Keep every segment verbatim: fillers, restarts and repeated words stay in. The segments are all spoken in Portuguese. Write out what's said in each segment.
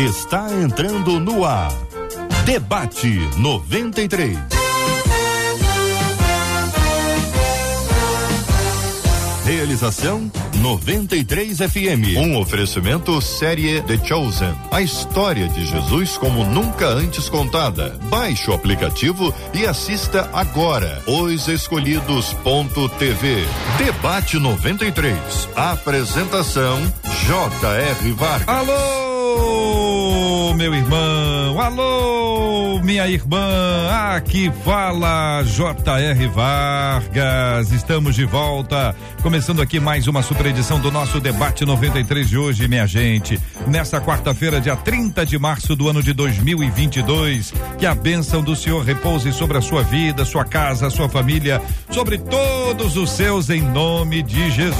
Está entrando no ar. Debate noventa e três. Realização noventa e três F M. Um oferecimento série The Chosen. A história de Jesus como nunca antes contada. Baixe o aplicativo e assista agora. Os Escolhidos ponto T V. Debate noventa e três. Apresentação J R Vargas. Alô, meu irmão. Alô, minha irmã. Aqui fala J R Vargas. Estamos de volta. Começando aqui mais uma super edição do nosso Debate noventa e três de hoje, minha gente. Nesta quarta-feira, dia trinta de março do ano de dois mil e vinte e dois. Que a bênção do Senhor repouse sobre a sua vida, sua casa, sua família, sobre todos os seus, em nome de Jesus.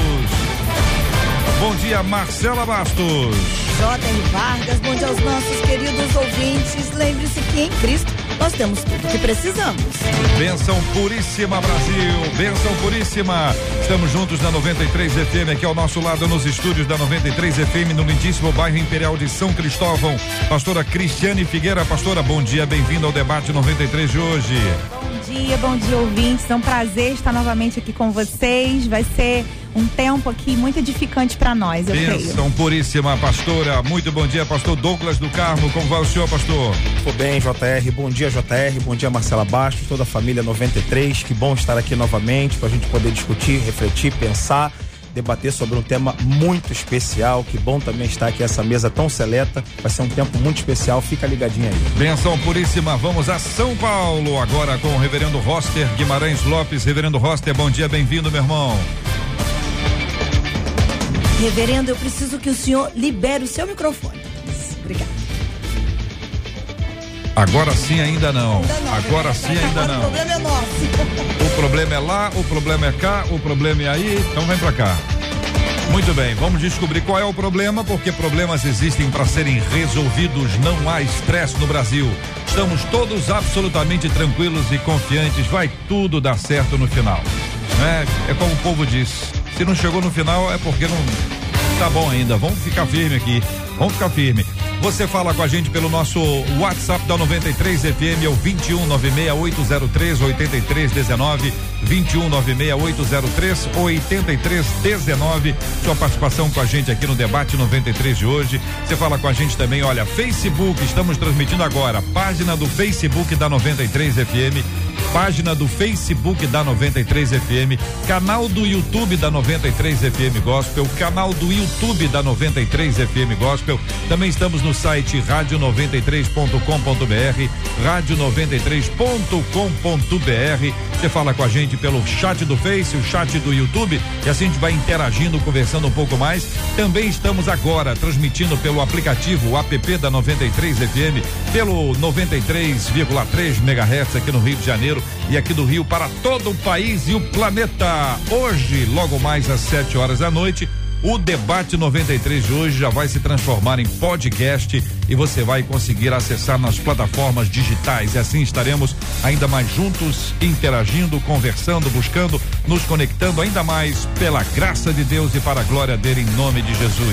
Bom dia, Marcela Bastos. J R Vargas, bom dia aos nossos queridos ouvintes. Lembre-se que em Cristo nós temos tudo o que precisamos. Bênção puríssima, Brasil. Bênção puríssima. Estamos juntos na noventa e três F M, aqui ao nosso lado nos estúdios da noventa e três F M, no lindíssimo bairro Imperial de São Cristóvão. Pastora Cristiane Figueira. Pastora, bom dia, bem-vinda ao Debate noventa e três de hoje. Bom dia, bom dia, ouvintes. É um prazer estar novamente aqui com vocês. Vai ser um tempo aqui muito edificante para nós, eu creio. Bênção puríssima, pastora. Muito bom dia, pastor Douglas do Carmo. Como vai o senhor, pastor? Tudo bem, J R. Bom dia, J R. Bom dia, Marcela Bastos, toda a família noventa e três. Que bom estar aqui novamente para a gente poder discutir, refletir, pensar, debater sobre um tema muito especial. Que bom também estar aqui essa mesa tão seleta. Vai ser um tempo muito especial. Fica ligadinho aí. Bênção puríssima. Vamos a São Paulo agora com o reverendo Roster Guimarães Lopes. Reverendo Roster, bom dia, bem-vindo, meu irmão. Reverendo, eu preciso que o senhor libere o seu microfone. Obrigada. Agora sim, ainda não. Ainda não Agora sim, ainda não. não. O problema é nosso. O problema é lá, o problema é cá, o problema é aí. Então vem pra cá. Muito bem, vamos descobrir qual é o problema, porque problemas existem para serem resolvidos. Não há estresse no Brasil. Estamos todos absolutamente tranquilos e confiantes. Vai tudo dar certo no final. Né? É como o povo diz. Se não chegou no final é porque não tá bom ainda. Vamos ficar firme aqui. Vamos ficar firme. Você fala com a gente pelo nosso WhatsApp da noventa e três F M, é o vinte e um nove seis oito zero três oito três um nove, vinte e um nove seis oito zero três oito três um nove. Sua participação com a gente aqui no Debate noventa e três de hoje. Você fala com a gente também, olha, Facebook, estamos transmitindo agora, página do Facebook da noventa e três F M, página do Facebook da noventa e três F M, canal do YouTube da noventa e três F M Gospel, canal do YouTube da noventa e três F M Gospel. Também estamos no site rádio noventa e três ponto com ponto b r, rádio noventa e três ponto com ponto b r. Você fala com a gente pelo chat do Face, o chat do YouTube, e assim a gente vai interagindo, conversando um pouco mais. Também estamos agora transmitindo pelo aplicativo, o app da noventa e três F M, pelo noventa e três vírgula três megahertz aqui no Rio de Janeiro e aqui do Rio para todo o país e o planeta. Hoje, logo mais às sete horas da noite, o Debate noventa e três de hoje já vai se transformar em podcast e você vai conseguir acessar nas plataformas digitais, e assim estaremos ainda mais juntos, interagindo, conversando, buscando, nos conectando ainda mais pela graça de Deus e para a glória dele, em nome de Jesus.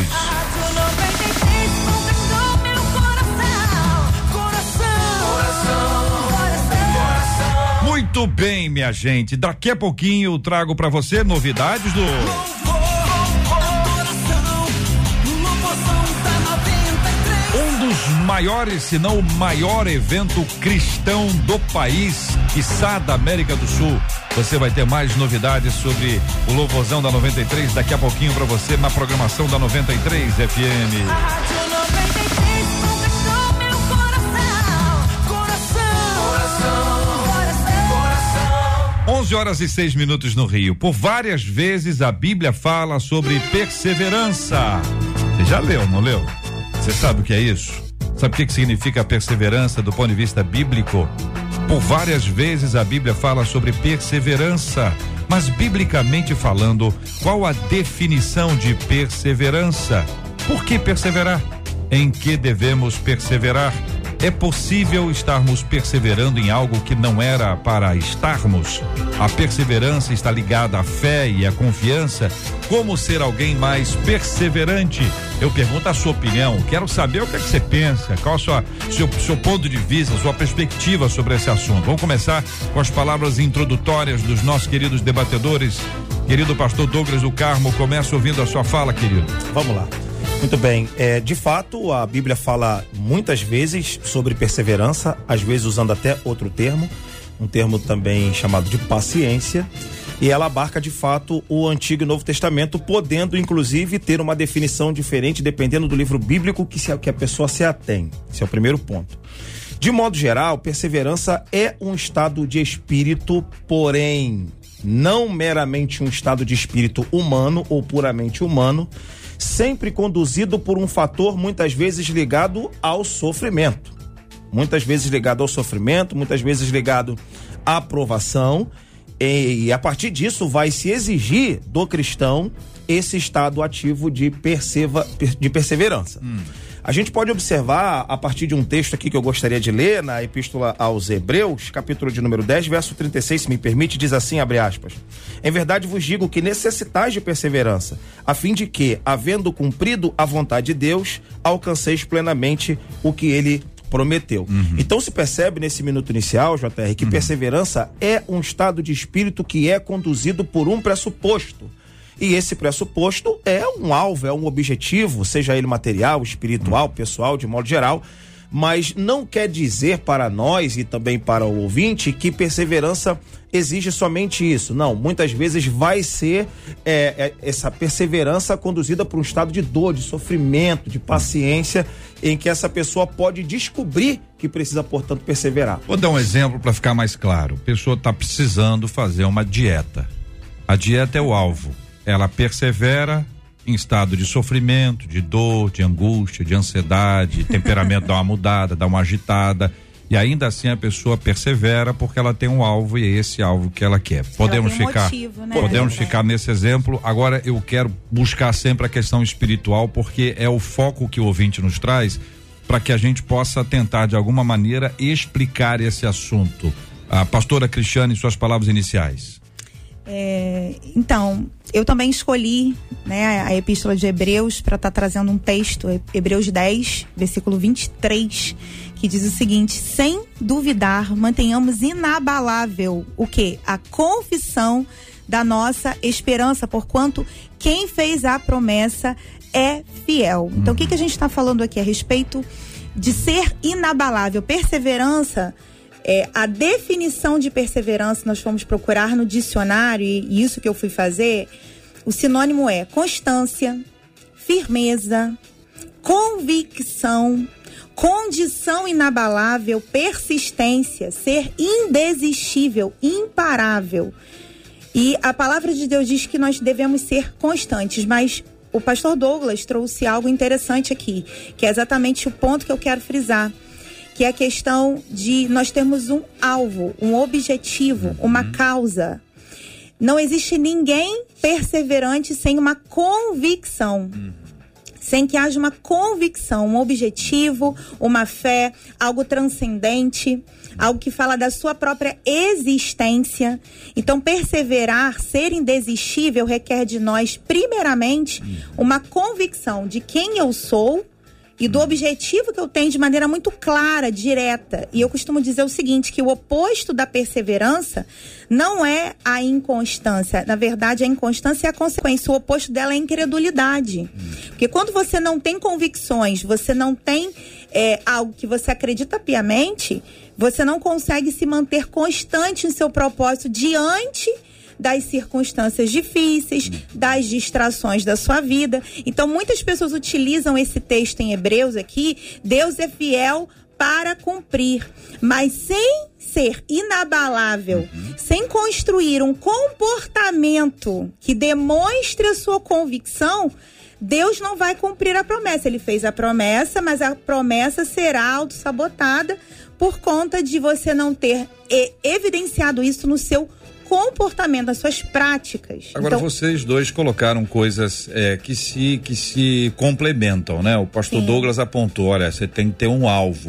Muito bem, minha gente, daqui a pouquinho eu trago para você novidades do maiores, se não o maior evento cristão do país, quiçá da América do Sul. Você vai ter mais novidades sobre o louvorzão da noventa e três daqui a pouquinho para você na programação da noventa e três F M. onze horas e seis minutos no Rio. Por várias vezes a Bíblia fala sobre perseverança. Você já leu, não leu? Você sabe o que é isso? Sabe o que, que significa perseverança do ponto de vista bíblico? Por várias vezes a Bíblia fala sobre perseverança, mas biblicamente falando, qual a definição de perseverança? Por que perseverar? Em que devemos perseverar? É possível estarmos perseverando em algo que não era para estarmos? A perseverança está ligada à fé e à confiança. Como ser alguém mais perseverante? Eu pergunto a sua opinião, quero saber o que é que você pensa, qual o seu, seu, seu ponto de vista, sua perspectiva sobre esse assunto. Vamos começar com as palavras introdutórias dos nossos queridos debatedores. Querido pastor Douglas do Carmo, começa ouvindo a sua fala, querido. Vamos lá. Muito bem, é, de fato a Bíblia fala muitas vezes sobre perseverança, às vezes usando até outro termo, um termo também chamado de paciência, e ela abarca de fato o Antigo e Novo Testamento, podendo inclusive ter uma definição diferente dependendo do livro bíblico que, se, que a pessoa se atém. Esse é o primeiro ponto. De modo geral, perseverança é um estado de espírito, porém não meramente um estado de espírito humano ou puramente humano, sempre conduzido por um fator muitas vezes ligado ao sofrimento. Muitas vezes ligado ao sofrimento, muitas vezes ligado à aprovação, e a partir disso vai se exigir do cristão esse estado ativo de, perseva, de perseverança. Hum. A gente pode observar a partir de um texto aqui que eu gostaria de ler na Epístola aos Hebreus, capítulo de número dez, verso trinta e seis, se me permite, diz assim, abre aspas: em verdade vos digo que necessitais de perseverança, a fim de que, havendo cumprido a vontade de Deus, alcanceis plenamente o que ele prometeu. Uhum. Então se percebe nesse minuto inicial, J R, que uhum. perseverança é um estado de espírito que é conduzido por um pressuposto. E esse pressuposto é um alvo, é um objetivo, seja ele material, espiritual, pessoal, de modo geral, mas não quer dizer para nós e também para o ouvinte que perseverança exige somente isso. Não, muitas vezes vai ser é, é, essa perseverança conduzida por um estado de dor, de sofrimento, de paciência, em que essa pessoa pode descobrir que precisa, portanto, perseverar. Vou dar um exemplo para ficar mais claro. A pessoa está precisando fazer uma dieta. A dieta é o alvo. Ela persevera em estado de sofrimento, de dor, de angústia, de ansiedade, temperamento dá uma mudada, dá uma agitada, e ainda assim a pessoa persevera porque ela tem um alvo e é esse alvo que ela quer. Podemos ela tem um ficar, motivo, né? podemos é. ficar nesse exemplo. Agora eu quero buscar sempre a questão espiritual, porque é o foco que o ouvinte nos traz para que a gente possa tentar de alguma maneira explicar esse assunto. A pastora Cristiane, suas palavras iniciais. É, então, eu também escolhi, né, a Epístola de Hebreus para estar tá trazendo um texto, Hebreus dez, versículo vinte e três, que diz o seguinte: sem duvidar, mantenhamos inabalável o quê? A confissão da nossa esperança, porquanto quem fez a promessa é fiel. Então, o que, que a gente está falando aqui a respeito de ser inabalável? Perseverança. É, a definição de perseverança, nós fomos procurar no dicionário, e isso que eu fui fazer, o sinônimo é constância, firmeza, convicção, condição inabalável, persistência, ser indesistível, imparável. E a palavra de Deus diz que nós devemos ser constantes, mas o pastor Douglas trouxe algo interessante aqui, que é exatamente o ponto que eu quero frisar, que é a questão de nós termos um alvo, um objetivo, uma causa. Não existe ninguém perseverante sem uma convicção. Uhum. Sem que haja uma convicção, um objetivo, uma fé, algo transcendente, algo que fala da sua própria existência. Então, perseverar, ser indesistível, requer de nós, primeiramente, uma convicção de quem eu sou e do objetivo que eu tenho de maneira muito clara, direta. E eu costumo dizer o seguinte, que o oposto da perseverança não é a inconstância. Na verdade, a inconstância é a consequência. O oposto dela é a incredulidade. Porque quando você não tem convicções, você não tem é, algo que você acredita piamente, você não consegue se manter constante em seu propósito diante das circunstâncias difíceis, das distrações da sua vida. Então, muitas pessoas utilizam esse texto em Hebreus aqui, Deus é fiel para cumprir, mas sem ser inabalável, uhum. sem construir um comportamento que demonstre a sua convicção, Deus não vai cumprir a promessa. Ele fez a promessa, mas a promessa será autossabotada por conta de você não ter evidenciado isso no seu comportamento, nas suas práticas. Agora, então, vocês dois colocaram coisas é, que, se, que se complementam, né? O pastor sim. Douglas apontou, olha, você tem que ter um alvo.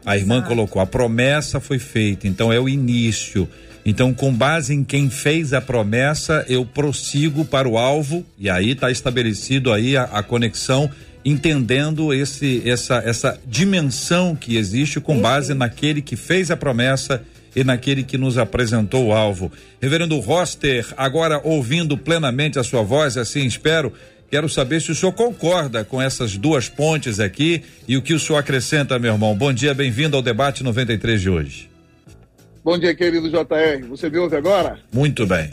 A irmã Exato. colocou, a promessa foi feita, então é o início. Então, com base em quem fez a promessa, eu prossigo para o alvo, e aí está estabelecido aí a, a conexão, entendendo esse, essa, essa dimensão que existe com base naquele que fez a promessa e naquele que nos apresentou o alvo. Reverendo Roster, agora ouvindo plenamente a sua voz, assim espero, quero saber se o senhor concorda com essas duas pontes aqui e o que o senhor acrescenta, meu irmão. Bom dia, bem-vindo ao debate noventa e três de hoje. Bom dia, querido J R. Você me ouve agora? Muito bem.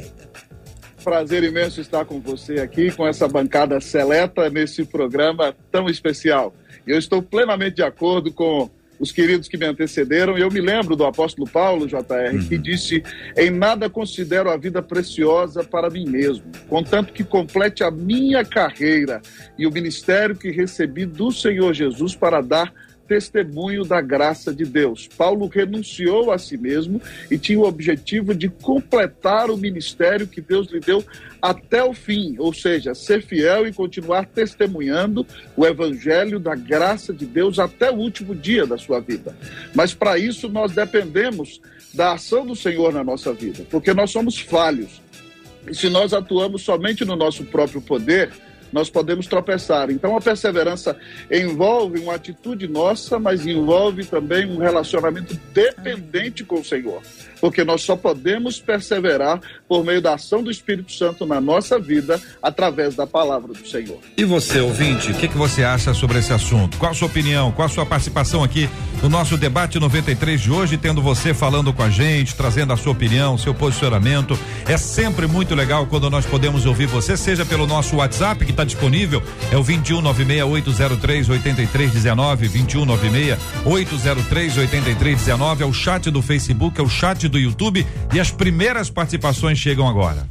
Prazer imenso estar com você aqui, com essa bancada seleta nesse programa tão especial. Eu estou plenamente de acordo com os queridos que me antecederam. Eu me lembro do apóstolo Paulo, J R, uhum. que disse: em nada considero a vida preciosa para mim mesmo, contanto que complete a minha carreira e o ministério que recebi do Senhor Jesus para dar testemunho da graça de Deus. Paulo renunciou a si mesmo e tinha o objetivo de completar o ministério que Deus lhe deu até o fim, ou seja, ser fiel e continuar testemunhando o evangelho da graça de Deus até o último dia da sua vida. Mas para isso nós dependemos da ação do Senhor na nossa vida, porque nós somos falhos. E se nós atuamos somente no nosso próprio poder, nós podemos tropeçar. Então a perseverança envolve uma atitude nossa, mas envolve também um relacionamento dependente com o Senhor. Porque nós só podemos perseverar por meio da ação do Espírito Santo na nossa vida, através da palavra do Senhor. E você, ouvinte, o que, que você acha sobre esse assunto? Qual a sua opinião? Qual a sua participação aqui no nosso debate noventa e três de hoje, tendo você falando com a gente, trazendo a sua opinião, seu posicionamento. É sempre muito legal quando nós podemos ouvir você, seja pelo nosso WhatsApp, que está disponível, é o vinte e um, nove seis, oito zero três, oito três um nove, vinte e um, nove seis, oito zero três, oito três um nove, é o chat do Facebook, é o chat do YouTube, e as primeiras participações chegam agora.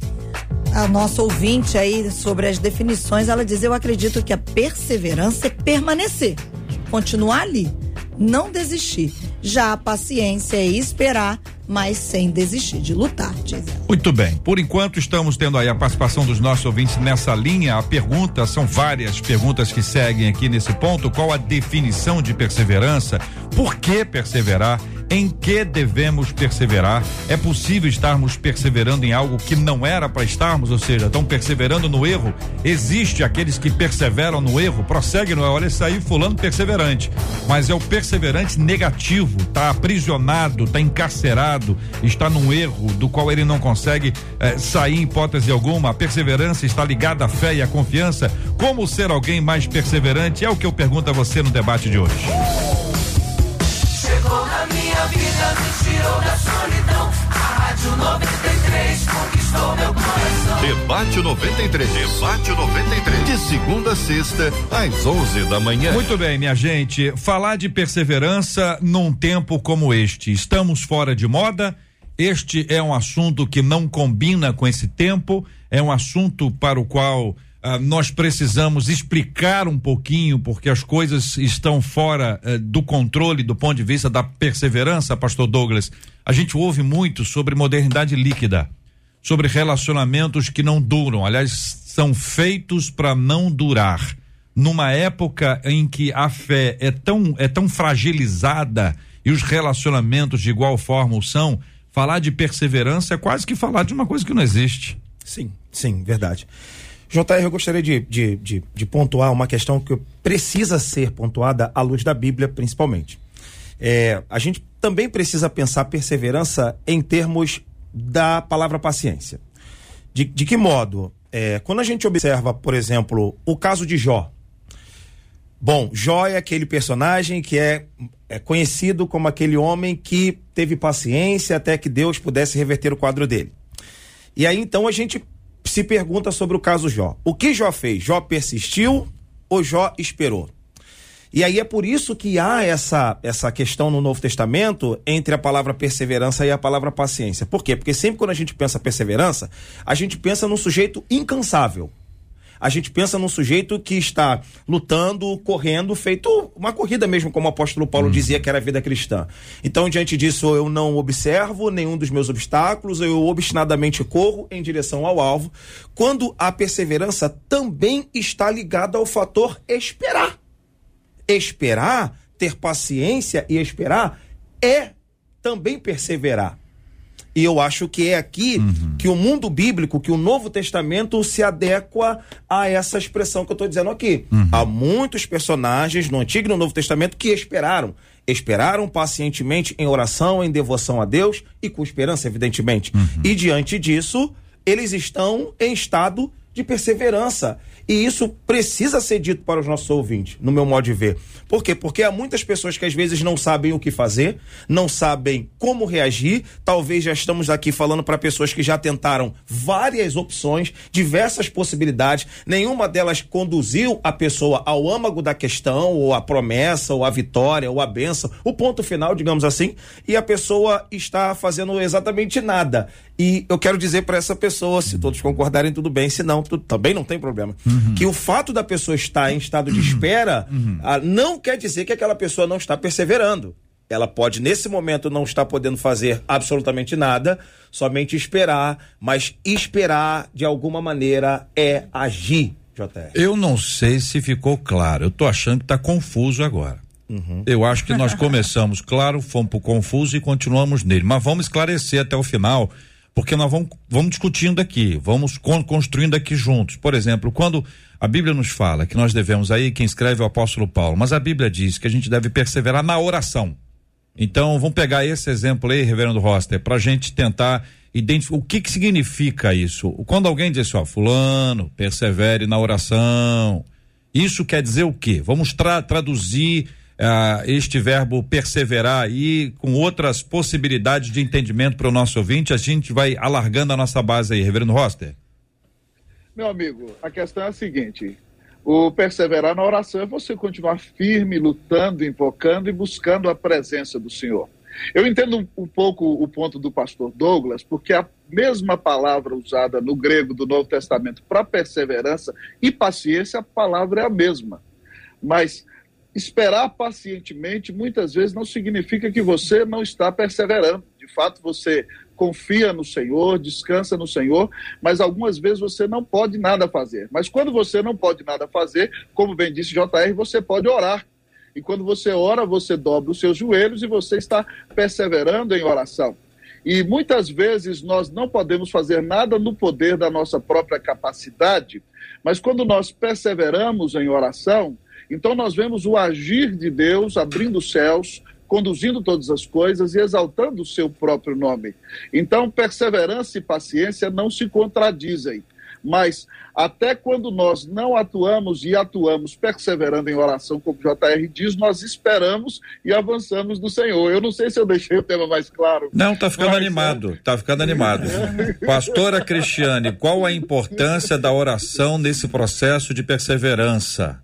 A nossa ouvinte aí, sobre as definições, ela diz: eu acredito que a perseverança é permanecer, continuar ali, não desistir. Já a paciência é esperar, mas sem desistir de lutar, diz ela. Muito bem, por enquanto estamos tendo aí a participação dos nossos ouvintes nessa linha. A pergunta, são várias perguntas que seguem aqui nesse ponto: qual a definição de perseverança? Por que perseverar? Em que devemos perseverar? É possível estarmos perseverando em algo que não era para estarmos, ou seja, estão perseverando no erro? Existe aqueles que perseveram no erro, prosseguem, não é? Olha, isso aí, fulano perseverante, mas é o perseverante negativo, está aprisionado, está encarcerado, está num erro do qual ele não consegue eh, sair em hipótese alguma. A perseverança está ligada à fé e à confiança. Como ser alguém mais perseverante? É o que eu pergunto a você no debate de hoje. Chegou na minha vida, me tirou da solidão. A Rádio noventa e três conquistou meu coração. Debate noventa e três. Debate noventa e três. De segunda a sexta, às onze da manhã. Muito bem, minha gente. Falar de perseverança num tempo como este. Estamos fora de moda. Este é um assunto que não combina com esse tempo. É um assunto para o qual Uh, nós precisamos explicar um pouquinho, porque as coisas estão fora uh, do controle do ponto de vista da perseverança, pastor Douglas. A gente ouve muito sobre modernidade líquida, sobre relacionamentos que não duram, aliás, são feitos para não durar. Numa época em que a fé é tão, é tão fragilizada e os relacionamentos de igual forma o são, falar de perseverança é quase que falar de uma coisa que não existe. Sim, sim, verdade. J R, eu gostaria de, de, de, de pontuar uma questão que precisa ser pontuada à luz da Bíblia, principalmente. É, a gente também precisa pensar perseverança em termos da palavra paciência. De, de que modo? É, quando a gente observa, por exemplo, o caso de Jó. Bom, Jó é aquele personagem que é, é conhecido como aquele homem que teve paciência até que Deus pudesse reverter o quadro dele. E aí, então, a gente se pergunta sobre o caso Jó. O que Jó fez? Jó persistiu ou Jó esperou? E aí é por isso que há essa, essa questão no Novo Testamento entre a palavra perseverança e a palavra paciência. Por quê? Porque sempre quando a gente pensa perseverança, a gente pensa num sujeito incansável. A gente pensa num sujeito que está lutando, correndo, feito uma corrida mesmo, como o apóstolo Paulo hum. dizia que era a vida cristã. Então, diante disso, eu não observo nenhum dos meus obstáculos, eu obstinadamente corro em direção ao alvo, quando a perseverança também está ligada ao fator esperar. Esperar ter paciência e esperar é também perseverar. E eu acho que é aqui uhum. que o mundo bíblico, que o Novo Testamento se adequa a essa expressão que eu estou dizendo aqui. Uhum. Há muitos personagens no Antigo e no Novo Testamento que esperaram. Esperaram pacientemente em oração, em devoção a Deus e com esperança, evidentemente. Uhum. E diante disso, eles estão em estado de perseverança. E isso precisa ser dito para os nossos ouvintes, no meu modo de ver. Por quê? Porque há muitas pessoas que às vezes não sabem o que fazer, não sabem como reagir. Talvez já estamos aqui falando para pessoas que já tentaram várias opções, diversas possibilidades. Nenhuma delas conduziu a pessoa ao âmago da questão, ou a promessa, ou a vitória, ou a bênção, o ponto final, digamos assim. E a pessoa está fazendo exatamente nada. E eu quero dizer para essa pessoa, se todos concordarem, tudo bem, se não, tudo, também não tem problema. Uhum. Que o fato da pessoa estar em estado de espera uhum. ah, não quer dizer que aquela pessoa não está perseverando. Ela pode, nesse momento, não estar podendo fazer absolutamente nada, somente esperar, mas esperar, de alguma maneira, é agir, J R. Eu não sei se ficou claro, eu tô achando que tá confuso agora. Uhum. Eu acho que nós começamos claro, fomos pro confuso e continuamos nele, mas vamos esclarecer até o final, porque nós vamos, vamos discutindo aqui, vamos con- construindo aqui juntos. Por exemplo, quando a Bíblia nos fala que nós devemos, aí quem escreve é o apóstolo Paulo, mas a Bíblia diz que a gente deve perseverar na oração. Então vamos pegar esse exemplo aí, reverendo Roster, pra gente tentar identificar o que que significa isso. Quando alguém diz assim, ó, fulano, persevere na oração, isso quer dizer o quê? Vamos tra- traduzir Uh, este verbo perseverar aí com outras possibilidades de entendimento para o nosso ouvinte. A gente vai alargando a nossa base aí, reverendo Roster. Meu amigo, a questão é a seguinte: o perseverar na oração é você continuar firme, lutando, invocando e buscando a presença do Senhor. Eu entendo um, um pouco o ponto do pastor Douglas, porque a mesma palavra usada no grego do Novo Testamento para perseverança e paciência, a palavra é a mesma. Mas esperar pacientemente muitas vezes não significa que você não está perseverando. De fato, você confia no Senhor, descansa no Senhor, mas algumas vezes você não pode nada fazer. Mas quando você não pode nada fazer, como bem disse J R, você pode orar. E quando você ora, você dobra os seus joelhos e você está perseverando em oração. E muitas vezes nós não podemos fazer nada no poder da nossa própria capacidade, mas quando nós perseveramos em oração, então nós vemos o agir de Deus abrindo os céus, conduzindo todas as coisas e exaltando o seu próprio nome. Então perseverança e paciência não se contradizem, mas até quando nós não atuamos e atuamos perseverando em oração, como o J R diz, nós esperamos e avançamos no Senhor. Eu não sei se eu deixei o tema mais claro. Não, tá ficando mas, animado, tá ficando animado. Pastora Cristiane, qual a importância da oração nesse processo de perseverança?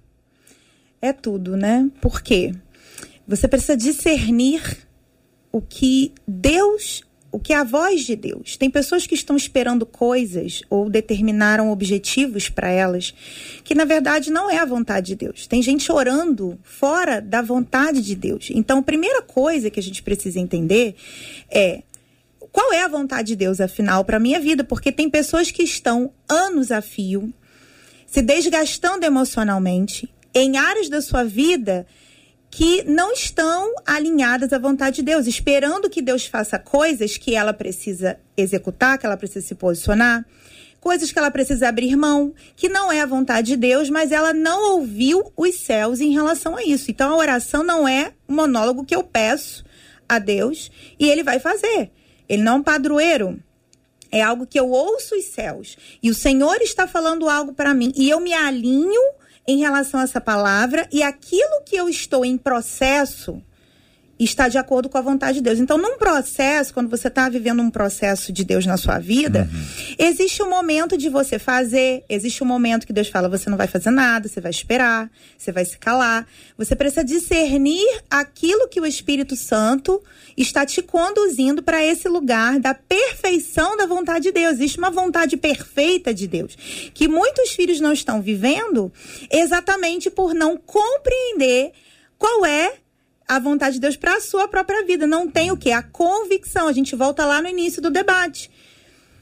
É tudo, né? Por quê? Você precisa discernir o que Deus, o que é a voz de Deus. Tem pessoas que estão esperando coisas ou determinaram objetivos para elas que na verdade não é a vontade de Deus. Tem gente orando fora da vontade de Deus. Então, a primeira coisa que a gente precisa entender é qual é a vontade de Deus, afinal, para a minha vida, porque tem pessoas que estão anos a fio, se desgastando emocionalmente, em áreas da sua vida que não estão alinhadas à vontade de Deus, esperando que Deus faça coisas que ela precisa executar, que ela precisa se posicionar, coisas que ela precisa abrir mão, que não é a vontade de Deus, mas ela não ouviu os céus em relação a isso. Então a oração não é um monólogo que eu peço a Deus e ele vai fazer. Ele não é um padroeiro. É algo que eu ouço os céus. E o Senhor está falando algo para mim e eu me alinho em relação a essa palavra, e aquilo que eu estou em processo está de acordo com a vontade de Deus. Então, num processo, quando você está vivendo um processo de Deus na sua vida, uhum. existe um momento de você fazer, existe um momento que Deus fala, você não vai fazer nada, você vai esperar, você vai se calar. Você precisa discernir aquilo que o Espírito Santo está te conduzindo para esse lugar da perfeição da vontade de Deus. Existe uma vontade perfeita de Deus, que muitos filhos não estão vivendo exatamente por não compreender qual é a vontade de Deus para a sua própria vida. Não tem o quê? A convicção. A gente volta lá no início do debate.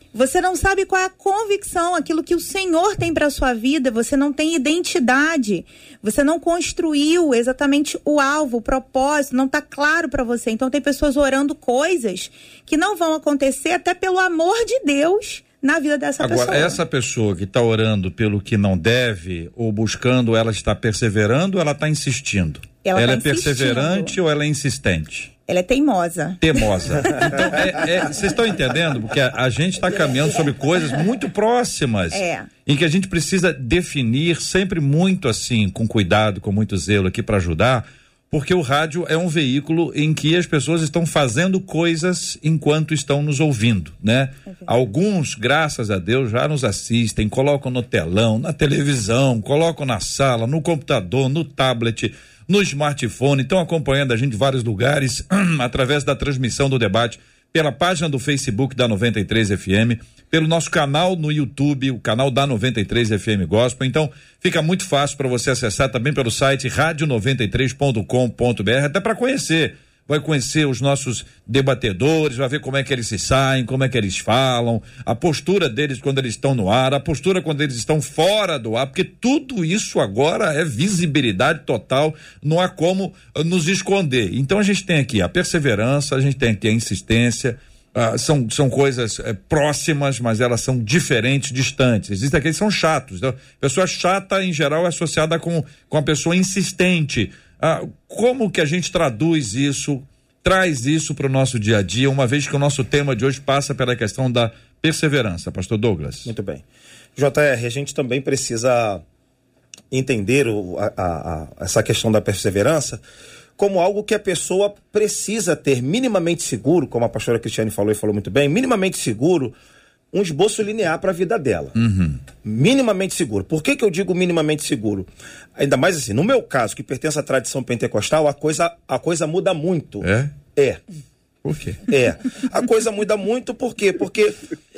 Você não sabe qual é a convicção, aquilo que o Senhor tem para sua vida. Você não tem identidade. Você não construiu exatamente o alvo, o propósito. Não está claro para você. Então tem pessoas orando coisas que não vão acontecer até pelo amor de Deus na vida dessa Agora, pessoa. Agora, essa pessoa que está orando pelo que não deve ou buscando, ela está perseverando ou ela está insistindo? Ela, ela tá é perseverante ou ela é insistente? Ela é teimosa. Teimosa. Então, vocês é, é, estão entendendo? Porque a, a gente está caminhando sobre coisas muito próximas. É. Em que a gente precisa definir sempre muito assim, com cuidado, com muito zelo aqui para ajudar, porque o rádio é um veículo em que as pessoas estão fazendo coisas enquanto estão nos ouvindo, né? É Alguns, graças a Deus, já nos assistem, colocam no telão, na televisão, colocam na sala, no computador, no tablet, no smartphone, estão acompanhando a gente em vários lugares através da transmissão do debate pela página do Facebook da noventa e três F M, pelo nosso canal no YouTube, o canal da noventa e três F M Gospel. Então, fica muito fácil para você acessar também pelo site rádio noventa e três ponto com ponto b r, até para conhecer. Vai conhecer os nossos debatedores, vai ver como é que eles se saem, como é que eles falam, a postura deles quando eles estão no ar, a postura quando eles estão fora do ar, porque tudo isso agora é visibilidade total, não há como uh, nos esconder. Então a gente tem aqui a perseverança, a gente tem aqui a insistência, uh, são, são coisas uh, próximas, mas elas são diferentes, distantes. Existem aqueles que são chatos. Então, pessoa chata, em geral, é associada com, com a pessoa insistente. Ah, como que a gente traduz isso, traz isso para o nosso dia a dia, uma vez que o nosso tema de hoje passa pela questão da perseverança, pastor Douglas? Muito bem. J R, a gente também precisa entender o, a, a, a, essa questão da perseverança como algo que a pessoa precisa ter minimamente seguro, como a pastora Cristiane falou e falou muito bem, minimamente seguro, um esboço linear para a vida dela. Uhum. Minimamente seguro. Por que que eu digo minimamente seguro? Ainda mais assim, no meu caso, que pertence à tradição pentecostal, a coisa, a coisa muda muito. É? É. Por quê? É. A coisa muda muito, por quê? Porque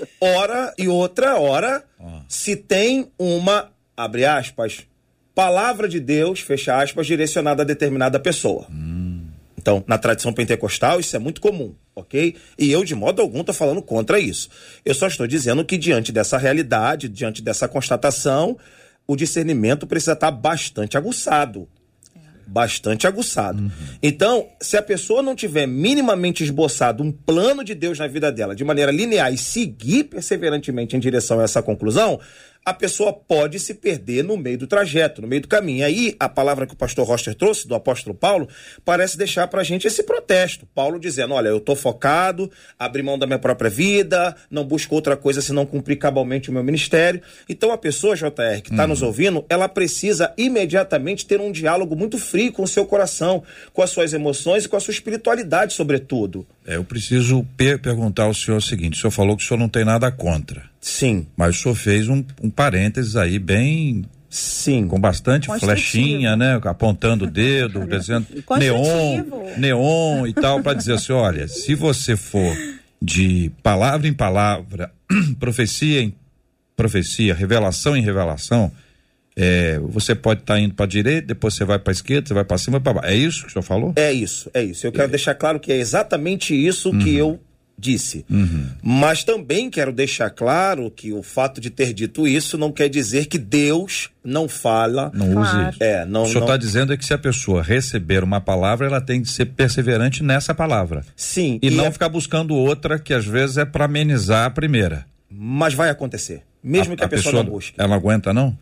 hora e outra hora ah. se tem uma, abre aspas, palavra de Deus, fecha aspas, direcionada a determinada pessoa. Hum. Então, na tradição pentecostal, isso é muito comum, ok? E eu, de modo algum, estou falando contra isso. Eu só estou dizendo que, diante dessa realidade, diante dessa constatação, o discernimento precisa estar bastante aguçado. É. Bastante aguçado. Uhum. Então, se a pessoa não tiver minimamente esboçado um plano de Deus na vida dela, de maneira linear, e seguir perseverantemente em direção a essa conclusão, a pessoa pode se perder no meio do trajeto, no meio do caminho. Aí, a palavra que o pastor Roster trouxe, do apóstolo Paulo, parece deixar pra gente esse protesto. Paulo dizendo, olha, eu tô focado, abri mão da minha própria vida, não busco outra coisa senão cumprir cabalmente o meu ministério. Então, a pessoa, J R, que tá uhum. nos ouvindo, ela precisa imediatamente ter um diálogo muito frio com o seu coração, com as suas emoções e com a sua espiritualidade, sobretudo. É, eu preciso per- perguntar ao senhor o seguinte, o senhor falou que o senhor não tem nada contra. Sim. Mas o senhor fez um, um parênteses aí bem... Sim. Com bastante flechinha, né? Apontando o dedo, dizendo neon, neon e tal, para dizer assim, olha, se você for de palavra em palavra, profecia em profecia, revelação em revelação, é, você pode estar tá indo para a direita, depois você vai para a esquerda, você vai para cima e para baixo. É isso que o senhor falou? É isso, é isso. Eu quero é. deixar claro que é exatamente isso uhum. que eu disse. Uhum. Mas também quero deixar claro que o fato de ter dito isso não quer dizer que Deus não fala. Não use claro. isso. É, não, o senhor está não... dizendo é que se a pessoa receber uma palavra, ela tem que ser perseverante nessa palavra. Sim. E, e não é... ficar buscando outra que às vezes é para amenizar a primeira. Mas vai acontecer. Mesmo a, que a, a pessoa, pessoa não busque. Ela não aguenta, não?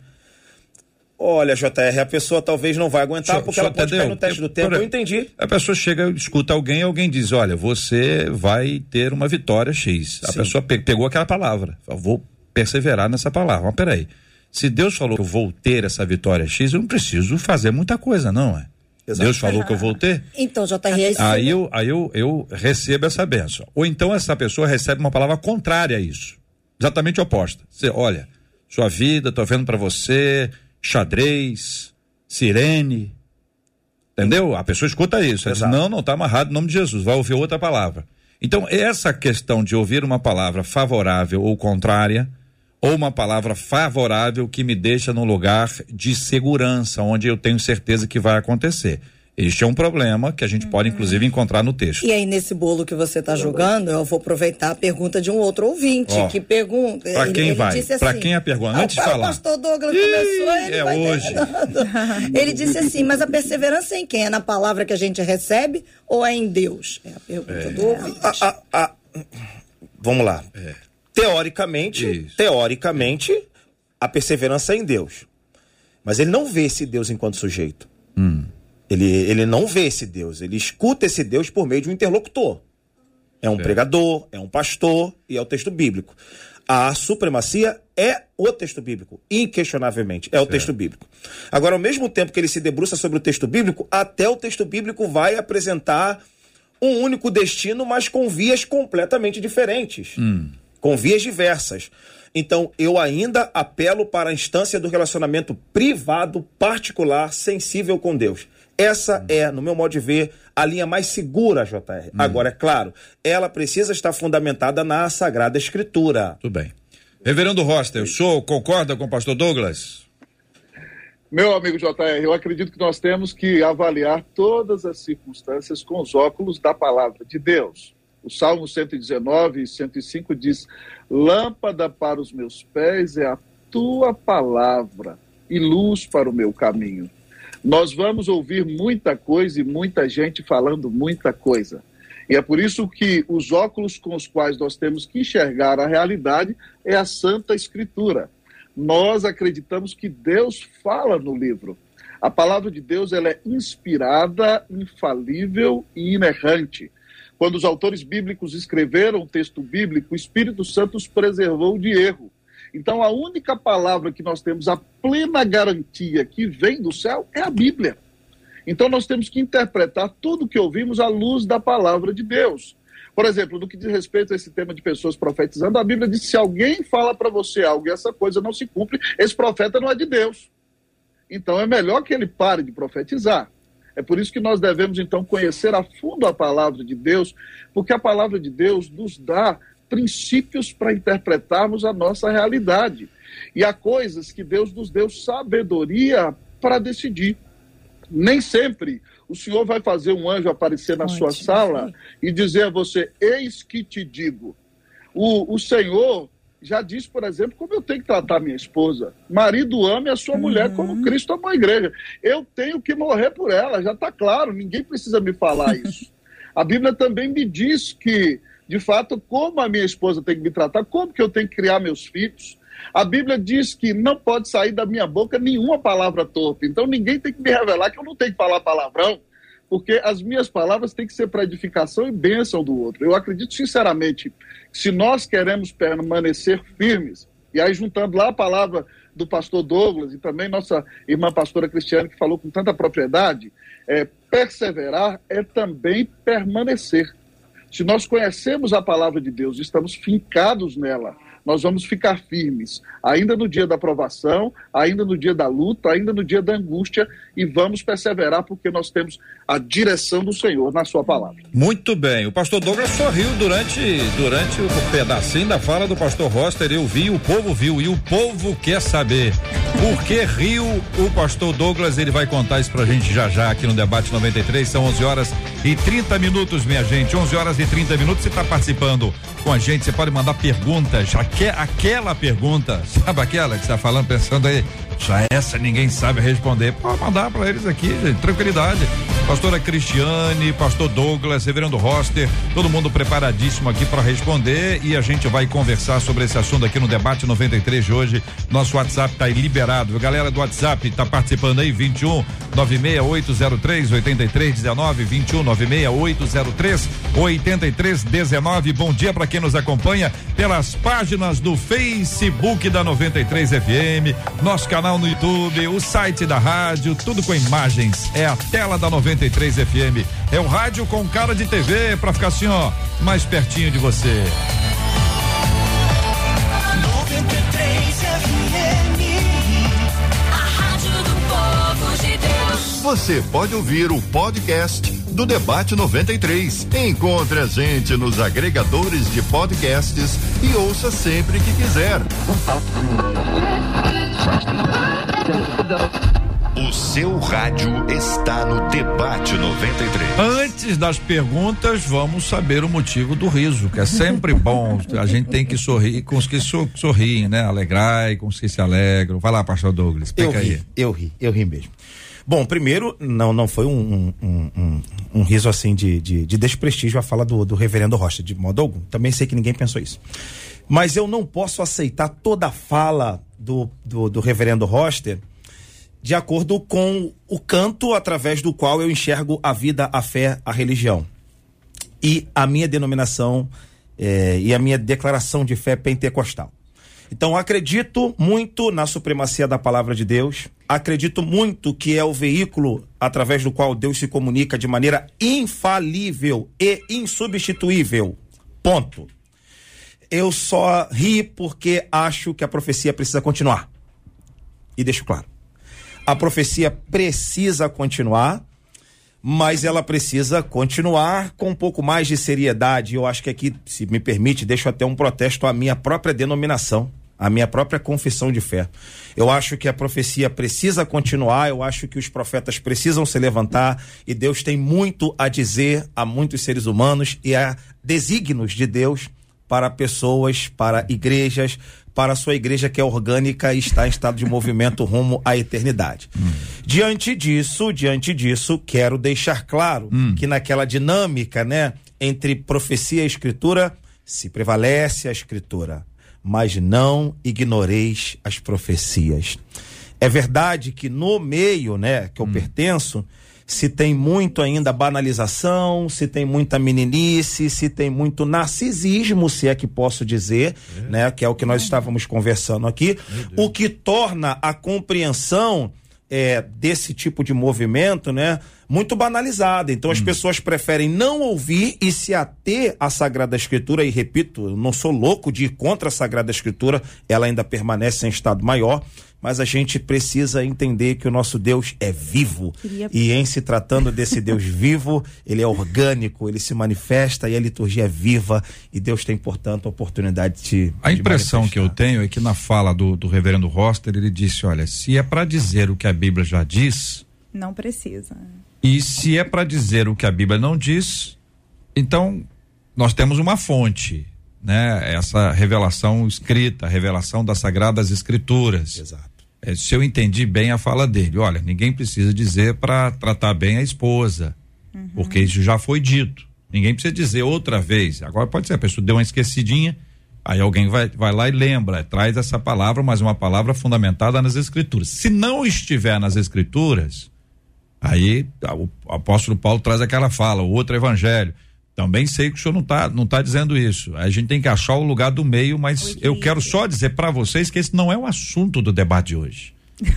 Olha, J R, a pessoa talvez não vai aguentar senhor, porque ela pode entendeu? cair no teste do tempo, eu entendi. A pessoa chega, escuta alguém, alguém diz, olha, você vai ter uma vitória X. A Sim. pessoa pe- pegou aquela palavra, vou perseverar nessa palavra. Mas peraí, se Deus falou que eu vou ter essa vitória X, eu não preciso fazer muita coisa, não é? Exato. Deus falou que eu vou ter? Então, J R, é aí, eu, aí eu, eu recebo essa bênção. Ou então essa pessoa recebe uma palavra contrária a isso. Exatamente oposta. Você, olha, sua vida, tô vendo para você... xadrez, sirene, entendeu? A pessoa escuta isso, ela diz, não, não está amarrado em nome de Jesus, vai ouvir outra palavra. Então, essa questão de ouvir uma palavra favorável ou contrária, ou uma palavra favorável que me deixa num lugar de segurança, onde eu tenho certeza que vai acontecer. Este é um problema que a gente pode, inclusive, encontrar no texto. E aí, nesse bolo que você está jogando, eu vou aproveitar a pergunta de um outro ouvinte, Ó, que pergunta... Para quem ele vai? Disse assim, Para quem é a pergunta? Antes de falar. O pastor Douglas começou, ele é vai hoje. terminando. Ele disse assim, mas a perseverança é em quem? É na palavra que a gente recebe ou é em Deus? É a pergunta É. do ouvinte. A- a- a- vamos lá. É. Teoricamente, Isso. teoricamente, a perseverança é em Deus. Mas ele não vê esse Deus enquanto sujeito. Hum. Ele, ele não vê esse Deus. Ele escuta esse Deus por meio de um interlocutor. É um É. pregador, é um pastor e é o texto bíblico. A supremacia é o texto bíblico, inquestionavelmente, é o Certo. texto bíblico. Agora, ao mesmo tempo que ele se debruça sobre o texto bíblico, até o texto bíblico vai apresentar um único destino, mas com vias completamente diferentes, Hum. com vias diversas. Então, eu ainda apelo para a instância do relacionamento privado, particular, sensível com Deus. Essa é, no meu modo de ver, a linha mais segura, J R. Agora, é claro, ela precisa estar fundamentada na Sagrada Escritura. Tudo bem. Reverendo Roster, o senhor concorda com o pastor Douglas? Meu amigo J R, eu acredito que nós temos que avaliar todas as circunstâncias com os óculos da palavra de Deus. O Salmo cento e dezenove, cento e cinco diz: lâmpada para os meus pés é a tua palavra e luz para o meu caminho. Nós vamos ouvir muita coisa e muita gente falando muita coisa. E é por isso que os óculos com os quais nós temos que enxergar a realidade é a Santa Escritura. Nós acreditamos que Deus fala no livro. A palavra de Deus ela é inspirada, infalível e inerrante. Quando os autores bíblicos escreveram o texto bíblico, o Espírito Santo os preservou de erro. Então, a única palavra que nós temos a plena garantia que vem do céu é a Bíblia. Então, nós temos que interpretar tudo que ouvimos à luz da palavra de Deus. Por exemplo, no que diz respeito a esse tema de pessoas profetizando, a Bíblia diz que se alguém fala para você algo e essa coisa não se cumpre, esse profeta não é de Deus. Então, é melhor que ele pare de profetizar. É por isso que nós devemos, então, conhecer a fundo a palavra de Deus, porque a palavra de Deus nos dá princípios para interpretarmos a nossa realidade. E há coisas que Deus nos deu sabedoria para decidir. Nem sempre o Senhor vai fazer um anjo aparecer na sua sala e dizer a você, eis que te digo. O, o Senhor já diz, por exemplo, como eu tenho que tratar minha esposa. Marido ame a sua uhum. mulher como Cristo amou a igreja. Eu tenho que morrer por ela, já está claro, ninguém precisa me falar isso. A Bíblia também me diz que, de fato, como a minha esposa tem que me tratar, como que eu tenho que criar meus filhos. A Bíblia diz que não pode sair da minha boca nenhuma palavra torta. Então ninguém tem que me revelar que eu não tenho que falar palavrão, porque as minhas palavras têm que ser para edificação e bênção do outro. Eu acredito sinceramente que se nós queremos permanecer firmes, e aí juntando lá a palavra do pastor Douglas e também nossa irmã pastora Cristiane, que falou com tanta propriedade, é, perseverar é também permanecer. Se nós conhecemos a palavra de Deus e estamos fincados nela, nós vamos ficar firmes, ainda no dia da provação, ainda no dia da luta, ainda no dia da angústia, e vamos perseverar porque nós temos a direção do Senhor na sua palavra. Muito bem, o pastor Douglas sorriu durante, durante o pedacinho da fala do pastor Roster, eu vi, o povo viu, e o povo quer saber por que riu o pastor Douglas. Ele vai contar isso pra gente já já aqui no Debate noventa e três, são onze horas e trinta minutos, minha gente, onze horas e trinta minutos. Você tá participando com a gente, você pode mandar perguntas, aque, aquela pergunta, sabe aquela que você tá falando, pensando aí, já essa ninguém sabe responder, pode mandar para eles aqui, gente, tranquilidade. Pastora Cristiane, pastor Douglas, reverendo Roster, todo mundo preparadíssimo aqui para responder, e a gente vai conversar sobre esse assunto aqui no Debate noventa e três de hoje. Nosso WhatsApp tá aí liberado, viu? Galera do WhatsApp tá participando aí, vinte e um, nove seis oito zero três, oito três um nove, vinte e um, nove seis oito zero três, oito três um nove. Bom dia para quem nos acompanha pelas páginas do Facebook da noventa e três F M, nosso canal no YouTube, o site da rádio, tudo com imagens. É a tela da noventa e três F M. É o rádio com cara de T V para ficar assim, ó, mais pertinho de você. noventa e três F M, a rádio do povo de Deus. Você pode ouvir o podcast do Debate noventa e três. Encontre a gente nos agregadores de podcasts e ouça sempre que quiser. O seu rádio está no Debate noventa e três. Antes das perguntas, vamos saber o motivo do riso, que é sempre bom. A gente tem que sorrir com os que sor, sorriem, né? Alegrar e com os que se alegram. Vai lá, pastor Douglas, eu explica ri, aí. Eu ri, eu ri mesmo. Bom, primeiro, não, não foi um, um, um, um riso assim de, de, de desprestígio a fala do, do reverendo Rocha, de modo algum. Também sei que ninguém pensou isso. Mas eu não posso aceitar toda a fala do, do, do reverendo Rocha de acordo com o canto através do qual eu enxergo a vida, a fé, a religião. E a minha denominação eh, e a minha declaração de fé pentecostal. Então, acredito muito na supremacia da palavra de Deus, acredito muito que é o veículo através do qual Deus se comunica de maneira infalível e insubstituível. Ponto. Eu só ri porque acho que a profecia precisa continuar. E deixo claro. A profecia precisa continuar, mas ela precisa continuar com um pouco mais de seriedade. Eu acho que aqui, se me permite, deixo até um protesto à minha própria denominação, à minha própria confissão de fé. Eu acho que a profecia precisa continuar, eu acho que os profetas precisam se levantar e Deus tem muito a dizer a muitos seres humanos e a desígnios de Deus para pessoas, para igrejas, para a sua igreja que é orgânica e está em estado de movimento rumo à eternidade. Hum. Diante disso, diante disso, quero deixar claro hum. que naquela dinâmica, né, entre profecia e escritura, se prevalece a escritura, mas não ignoreis as profecias. É verdade que no meio, né, que eu hum. pertenço, se tem muito ainda banalização, se tem muita meninice, se tem muito narcisismo, se é que posso dizer, é. né, que é o que nós estávamos conversando aqui, o que torna a compreensão é, desse tipo de movimento, né, muito banalizada. Então hum. as pessoas preferem não ouvir e se ater à Sagrada Escritura, e repito, eu não sou louco de ir contra a Sagrada Escritura, ela ainda permanece em estado maior, mas a gente precisa entender que o nosso Deus é vivo. Queria... E em se tratando desse Deus vivo, ele é orgânico, ele se manifesta e a liturgia é viva e Deus tem, portanto, a oportunidade de A impressão de que eu tenho é que na fala do, do reverendo Roster, ele disse, olha, se é para dizer o que a Bíblia já diz... Não precisa. E se é para dizer o que a Bíblia não diz, então nós temos uma fonte, né? Essa revelação escrita, a revelação das Sagradas Escrituras. Exato. É, se eu entendi bem a fala dele, olha, ninguém precisa dizer para tratar bem a esposa, uhum. porque isso já foi dito. Ninguém precisa dizer outra vez. Agora pode ser, a pessoa deu uma esquecidinha, aí alguém vai, vai lá e lembra, traz essa palavra, mas uma palavra fundamentada nas Escrituras. Se não estiver nas Escrituras, aí o apóstolo Paulo traz aquela fala, o outro evangelho. Também sei que o senhor não está não tá dizendo isso. A gente tem que achar o lugar do meio, mas eu quero só dizer para vocês que esse não é o assunto do debate de hoje.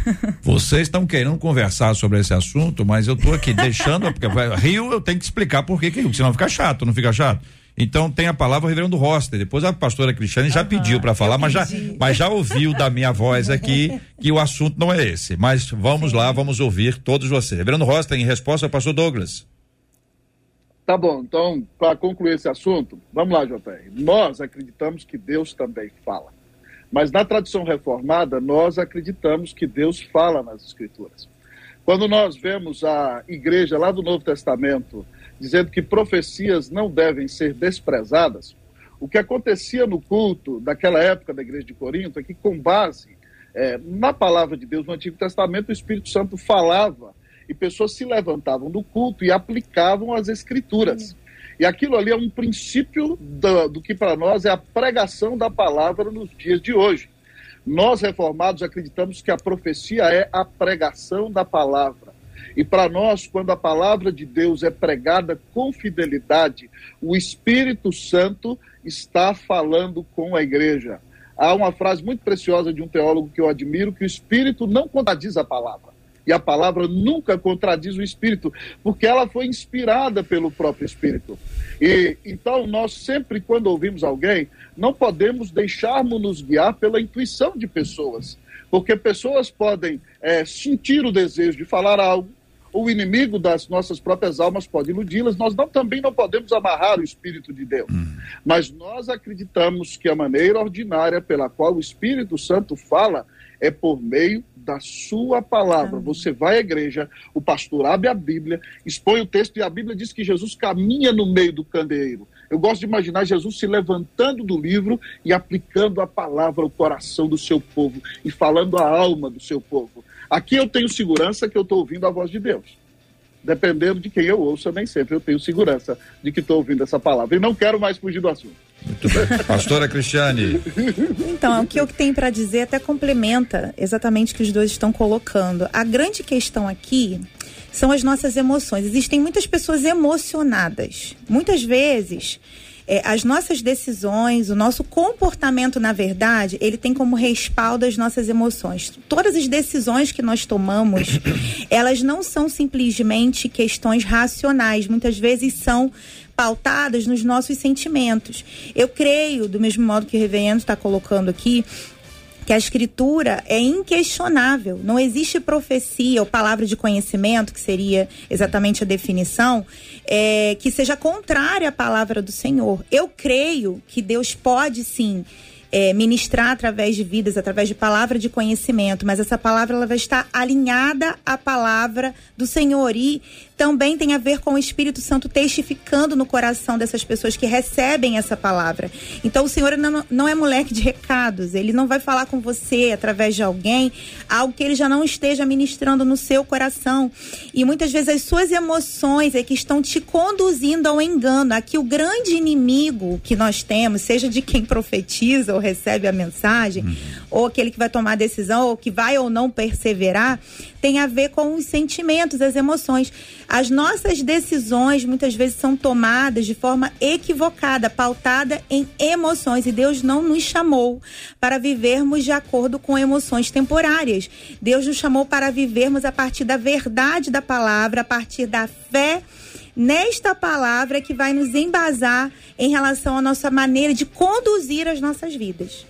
Vocês estão querendo conversar sobre esse assunto, mas eu estou aqui deixando, porque Rio eu tenho que explicar por que que Rio, senão fica chato, não fica chato? Então tem a palavra o reverendo Roster, depois a pastora Cristiane já uhum, pediu para falar, mas já, mas já ouviu da minha voz aqui que o assunto não é esse. Mas vamos Sim. lá, vamos ouvir todos vocês. Reverendo Roster, em resposta ao pastor Douglas. Tá bom, então, para concluir esse assunto, vamos lá, J R. Nós acreditamos que Deus também fala. Mas na tradição reformada, nós acreditamos que Deus fala nas Escrituras. Quando nós vemos a igreja lá do Novo Testamento dizendo que profecias não devem ser desprezadas, o que acontecia no culto daquela época da igreja de Corinto é que, com base é, na palavra de Deus no Antigo Testamento, o Espírito Santo falava e pessoas se levantavam do culto e aplicavam as Escrituras. E aquilo ali é um princípio do, do que para nós é a pregação da palavra nos dias de hoje. Nós, reformados, acreditamos que a profecia é a pregação da palavra. E para nós, quando a palavra de Deus é pregada com fidelidade, o Espírito Santo está falando com a igreja. Há uma frase muito preciosa de um teólogo que eu admiro, que o Espírito não contradiz a palavra. E a palavra nunca contradiz o Espírito, porque ela foi inspirada pelo próprio Espírito. E então nós sempre, quando ouvimos alguém, não podemos deixarmos-nos guiar pela intuição de pessoas, porque pessoas podem é, sentir o desejo de falar algo, o inimigo das nossas próprias almas pode iludi-las. Nós não, também não podemos amarrar o Espírito de Deus. Hum. Mas nós acreditamos que a maneira ordinária pela qual o Espírito Santo fala é por meio da sua palavra. Você vai à igreja, o pastor abre a Bíblia, expõe o texto e a Bíblia diz que Jesus caminha no meio do candeeiro. Eu gosto de imaginar Jesus se levantando do livro e aplicando a palavra ao coração do seu povo e falando a alma do seu povo. Aqui eu tenho segurança que eu estou ouvindo a voz de Deus. Dependendo de quem eu ouço, nem sempre eu tenho segurança de que estou ouvindo essa palavra. E não quero mais fugir do assunto. Muito bem. Pastora Cristiane. Então, o que eu tenho para dizer até complementa exatamente o que os dois estão colocando. A grande questão aqui são as nossas emoções. Existem muitas pessoas emocionadas. Muitas vezes, é, as nossas decisões, o nosso comportamento, na verdade, ele tem como respaldo as nossas emoções. Todas as decisões que nós tomamos, elas não são simplesmente questões racionais. Muitas vezes são pautadas nos nossos sentimentos. Eu creio, do mesmo modo que o reverendo está colocando aqui, que a escritura é inquestionável. Não existe profecia ou palavra de conhecimento, que seria exatamente a definição, é, que seja contrária à palavra do Senhor. Eu creio que Deus pode, sim, é, ministrar através de vidas, através de palavra de conhecimento, mas essa palavra ela vai estar alinhada à palavra do Senhor e também tem a ver com o Espírito Santo testificando no coração dessas pessoas que recebem essa palavra. Então o Senhor não, não é moleque de recados, ele não vai falar com você através de alguém, algo que ele já não esteja ministrando no seu coração. E muitas vezes as suas emoções é que estão te conduzindo ao engano. Aqui o grande inimigo que nós temos, seja de quem profetiza ou recebe a mensagem, uhum. ou aquele que vai tomar a decisão, ou que vai ou não perseverar, tem a ver com os sentimentos, as emoções. As nossas decisões muitas vezes são tomadas de forma equivocada, pautada em emoções, e Deus não nos chamou para vivermos de acordo com emoções temporárias. Deus nos chamou para vivermos a partir da verdade da palavra, a partir da fé nesta palavra que vai nos embasar em relação à nossa maneira de conduzir as nossas vidas.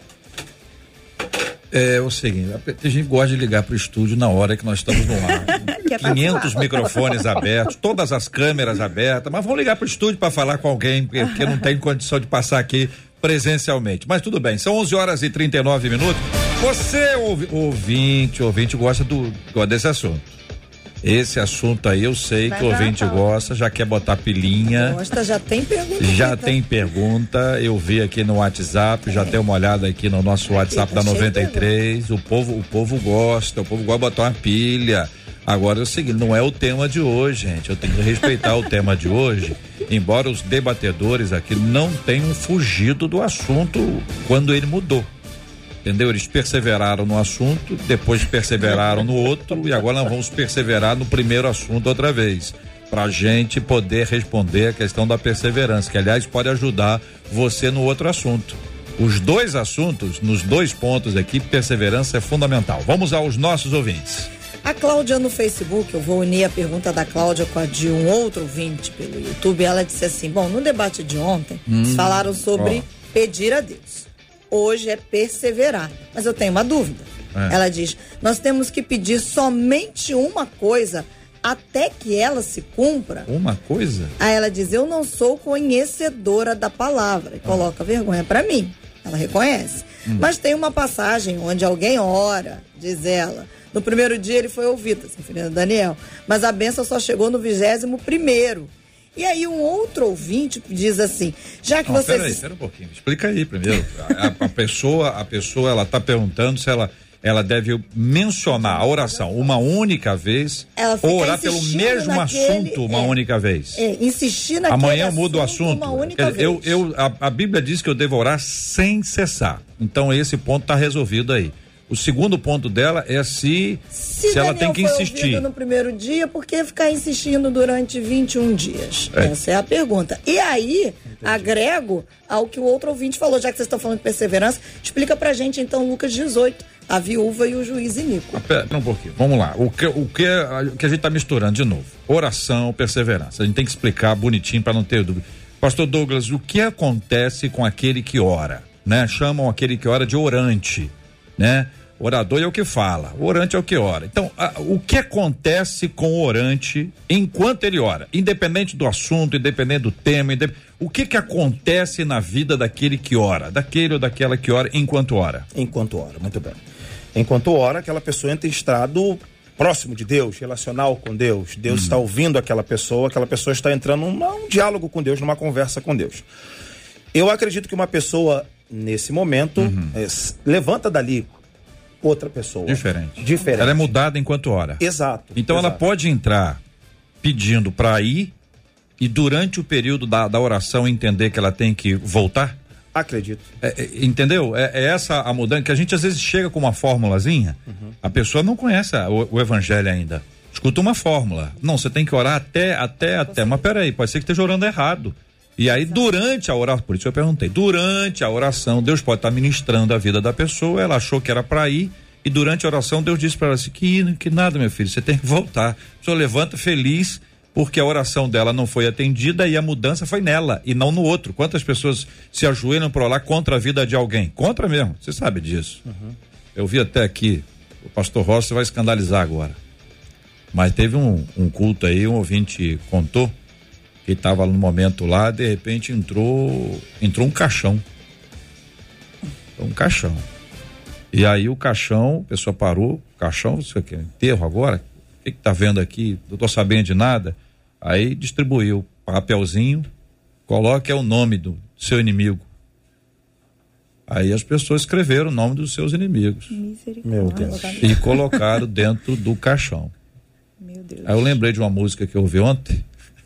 É o seguinte, a gente gosta de ligar para o estúdio na hora que nós estamos no ar. quinhentos microfones abertos, todas as câmeras abertas, mas vamos ligar para o estúdio para falar com alguém, porque não tem condição de passar aqui presencialmente. Mas tudo bem, são onze horas e trinta e nove minutos. Você, ouvi, ouvinte, ouvinte, gosta do, gosta desse assunto. Esse assunto aí eu sei Vai que o ouvinte gosta, já quer botar pilinha. Gosta, já tem pergunta. Já tem pergunta, eu vi aqui no WhatsApp, é. já dei uma olhada aqui no nosso aqui, WhatsApp tá da noventa e três, o povo, o povo gosta, o povo gosta de botar uma pilha. Agora é o seguinte, não é o tema de hoje, gente, eu tenho que respeitar o tema de hoje, embora os debatedores aqui não tenham fugido do assunto quando ele mudou. Entendeu? Eles perseveraram no assunto, depois perseveraram no outro e agora nós vamos perseverar no primeiro assunto outra vez, pra gente poder responder a questão da perseverança, que aliás pode ajudar você no outro assunto. Os dois assuntos, nos dois pontos aqui, perseverança é fundamental. Vamos aos nossos ouvintes. A Cláudia no Facebook, eu vou unir a pergunta da Cláudia com a de um outro ouvinte pelo YouTube, ela disse assim, bom, no debate de ontem, hum, eles falaram sobre ó. pedir a Deus. Hoje é perseverar, mas eu tenho uma dúvida. É. Ela diz, nós temos que pedir somente uma coisa até que ela se cumpra. Uma coisa? Aí ela diz, eu não sou conhecedora da palavra, e ah. coloca vergonha pra mim, ela reconhece. Hum. Mas tem uma passagem onde alguém ora, diz ela, no primeiro dia ele foi ouvido, se referindo a Daniel, mas a bênção só chegou no vigésimo primeiro. E aí um outro ouvinte diz assim, já que não, você... Peraí, espera um pouquinho, explica aí primeiro. a, a pessoa, a pessoa, ela tá perguntando se ela, ela deve mencionar a oração uma única vez ou orar pelo mesmo naquele, assunto uma é, única vez. É, insistir naquele Amanhã eu mudo o assunto. Uma única vez. Eu, eu, a, a Bíblia diz que eu devo orar sem cessar. Então esse ponto tá resolvido aí. O segundo ponto dela é se, se, se ela tem que insistir. No primeiro dia, por que ficar insistindo durante vinte e um dias? É. Essa é a pergunta. E aí, entendi. Agrego ao que o outro ouvinte falou, já que vocês estão falando de perseverança, explica pra gente então Lucas dezoito, a viúva e o juiz iníquo. Pera um pouquinho, vamos lá. O que, o que, o que a gente tá misturando de novo? Oração, perseverança. A gente tem que explicar bonitinho para não ter dúvida. Pastor Douglas, o que acontece com aquele que ora? Né? Chamam aquele que ora de orante, né? Orador é o que fala, o orante é o que ora. Então, a, o que acontece com o orante enquanto ele ora? Independente do assunto, independente do tema, independente, o que que acontece na vida daquele que ora? Daquele ou daquela que ora enquanto ora? Enquanto ora, muito bem. Enquanto ora, aquela pessoa entra em estado próximo de Deus, relacional com Deus. Deus está ouvindo aquela pessoa, aquela pessoa está entrando num um diálogo com Deus, numa conversa com Deus. Eu acredito que uma pessoa, nesse momento, uhum. é, levanta dali outra pessoa. Diferente. Diferente. Ela é mudada enquanto ora. Exato. Então exato. ela pode entrar pedindo para ir e durante o período da, da oração entender que ela tem que voltar? Acredito. É, é, entendeu? É, é essa a mudança, que a gente às vezes chega com uma formulazinha, uhum. a pessoa não conhece a, o, o evangelho ainda. Escuta uma fórmula. Não, você tem que orar até, até, até. Mas peraí, pode ser que esteja orando errado. E aí, Exato. durante a oração, por isso eu perguntei, durante a oração, Deus pode estar ministrando a vida da pessoa, ela achou que era para ir, e durante a oração Deus disse para ela assim, que, que nada, meu filho, você tem que voltar. A pessoa levanta feliz, porque a oração dela não foi atendida e a mudança foi nela e não no outro. Quantas pessoas se ajoelham para orar contra a vida de alguém? Contra mesmo, você sabe disso. Uhum. Eu vi até aqui, o pastor Rossi vai escandalizar agora, mas teve um, um culto aí, um ouvinte contou que estava no momento lá, de repente entrou entrou um caixão um caixão e aí o caixão, a pessoa parou, caixão, você quer enterro agora? O que que tá vendo aqui? Não tô sabendo de nada. Aí distribuiu papelzinho, coloca é o nome do seu inimigo. Aí as pessoas escreveram o nome dos seus inimigos. Meu Deus. E colocaram dentro do caixão. Meu Deus. Aí eu lembrei de uma música que eu ouvi ontem.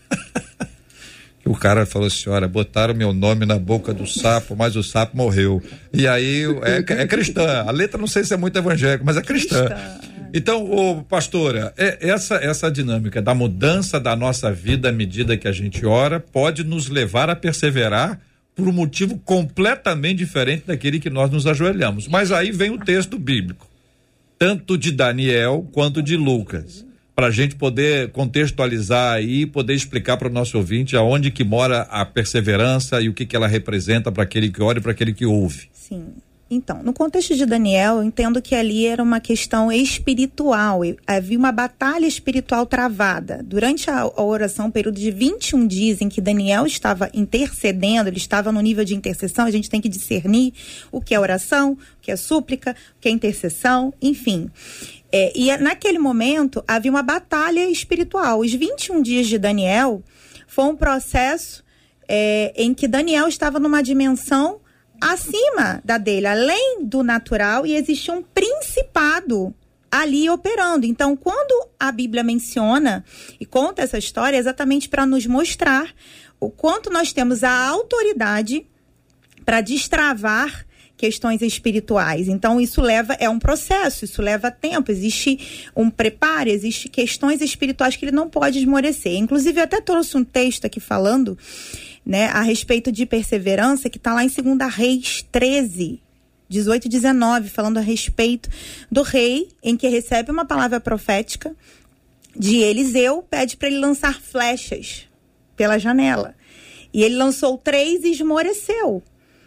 Que o cara falou assim, olha, botaram meu nome na boca do sapo, mas o sapo morreu. E aí é, é cristã. A letra não sei se é muito evangélica, mas é cristã. cristã. Então, ô, pastora, é, essa, essa dinâmica da mudança da nossa vida à medida que a gente ora pode nos levar a perseverar por um motivo completamente diferente daquele que nós nos ajoelhamos. Mas aí vem o texto bíblico, tanto de Daniel quanto de Lucas, para a gente poder contextualizar aí, poder explicar para o nosso ouvinte aonde que mora a perseverança e o que que ela representa para aquele que ora e para aquele que ouve. Sim. Então, no contexto de Daniel, eu entendo que ali era uma questão espiritual, havia uma batalha espiritual travada. Durante a, a oração, um período de vinte e um dias em que Daniel estava intercedendo, ele estava no nível de intercessão, a gente tem que discernir o que é oração, o que é súplica, o que é intercessão, enfim. É, e naquele momento, havia uma batalha espiritual. Os vinte e um dias de Daniel foi um processo é, em que Daniel estava numa dimensão acima da dele, além do natural, e existia um principado ali operando. Então, quando a Bíblia menciona e conta essa história, é exatamente para nos mostrar o quanto nós temos a autoridade para destravar questões espirituais. Então, isso leva, é um processo, isso leva tempo, existe um preparo, existe questões espirituais que ele não pode esmorecer. Inclusive, eu até trouxe um texto aqui falando, né, a respeito de perseverança, que está lá em segunda Reis treze, dezoito e dezenove, falando a respeito do rei, em que recebe uma palavra profética de Eliseu, pede para ele lançar flechas pela janela. E ele lançou três e esmoreceu.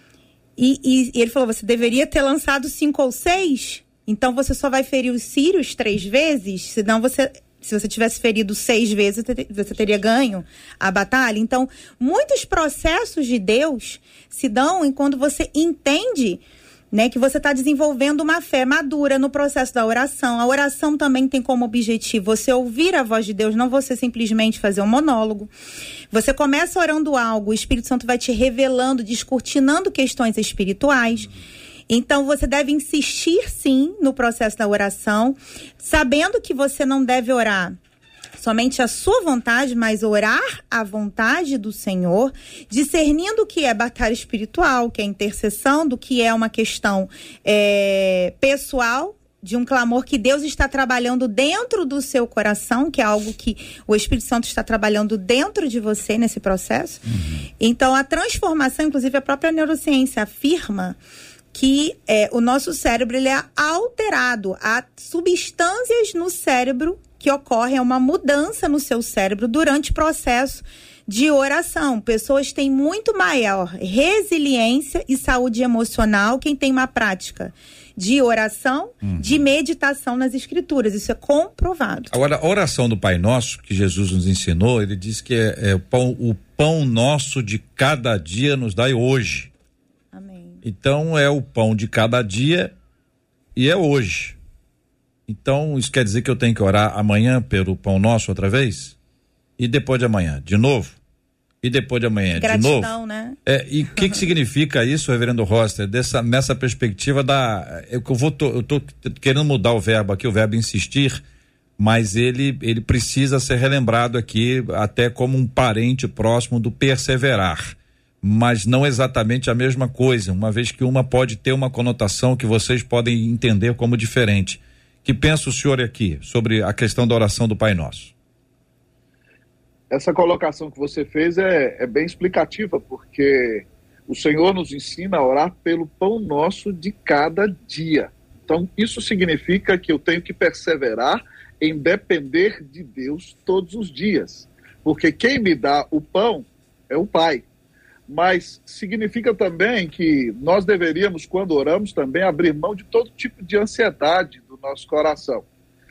E, e, e ele falou, você deveria ter lançado cinco ou seis, então você só vai ferir os sírios três vezes, senão você... Se você tivesse ferido seis vezes, você teria ganho a batalha. Então, muitos processos de Deus se dão em quando você entende, né, que você está desenvolvendo uma fé madura no processo da oração. A oração também tem como objetivo você ouvir a voz de Deus, não você simplesmente fazer um monólogo. Você começa orando algo, o Espírito Santo vai te revelando, descortinando questões espirituais. Então, você deve insistir, sim, no processo da oração, sabendo que você não deve orar somente a sua vontade, mas orar a vontade do Senhor, discernindo o que é batalha espiritual, o que é intercessão, do que é uma questão é, pessoal, de um clamor que Deus está trabalhando dentro do seu coração, que é algo que o Espírito Santo está trabalhando dentro de você nesse processo. Uhum. Então, a transformação, inclusive a própria neurociência afirma que é, o nosso cérebro ele é alterado. Há substâncias no cérebro que ocorrem, é uma mudança no seu cérebro durante o processo de oração. Pessoas têm muito maior resiliência e saúde emocional quem tem uma prática de oração, uhum. de meditação nas escrituras. Isso é comprovado. Agora, a oração do Pai Nosso, que Jesus nos ensinou, ele diz que é, é o, pão, o pão nosso de cada dia nos dai hoje. Amém. Então, é o pão de cada dia e é hoje. Então, isso quer dizer que eu tenho que orar amanhã pelo pão nosso outra vez? E depois de amanhã, de novo? E depois de amanhã, Gratidão, de novo? Né? É, e o que que significa isso, reverendo Roster, dessa, nessa perspectiva da... Eu, eu, vou, tô, eu tô querendo mudar o verbo aqui, o verbo insistir, mas ele, ele precisa ser relembrado aqui até como um parente próximo do perseverar, mas não exatamente a mesma coisa, uma vez que uma pode ter uma conotação que vocês podem entender como diferente. Que pensa o senhor aqui sobre a questão da oração do Pai Nosso? Essa colocação que você fez é, é bem explicativa, porque o Senhor nos ensina a orar pelo pão nosso de cada dia. Então, isso significa que eu tenho que perseverar em depender de Deus todos os dias, porque quem me dá o pão é o Pai. Mas significa também que nós deveríamos, quando oramos, também abrir mão de todo tipo de ansiedade do nosso coração,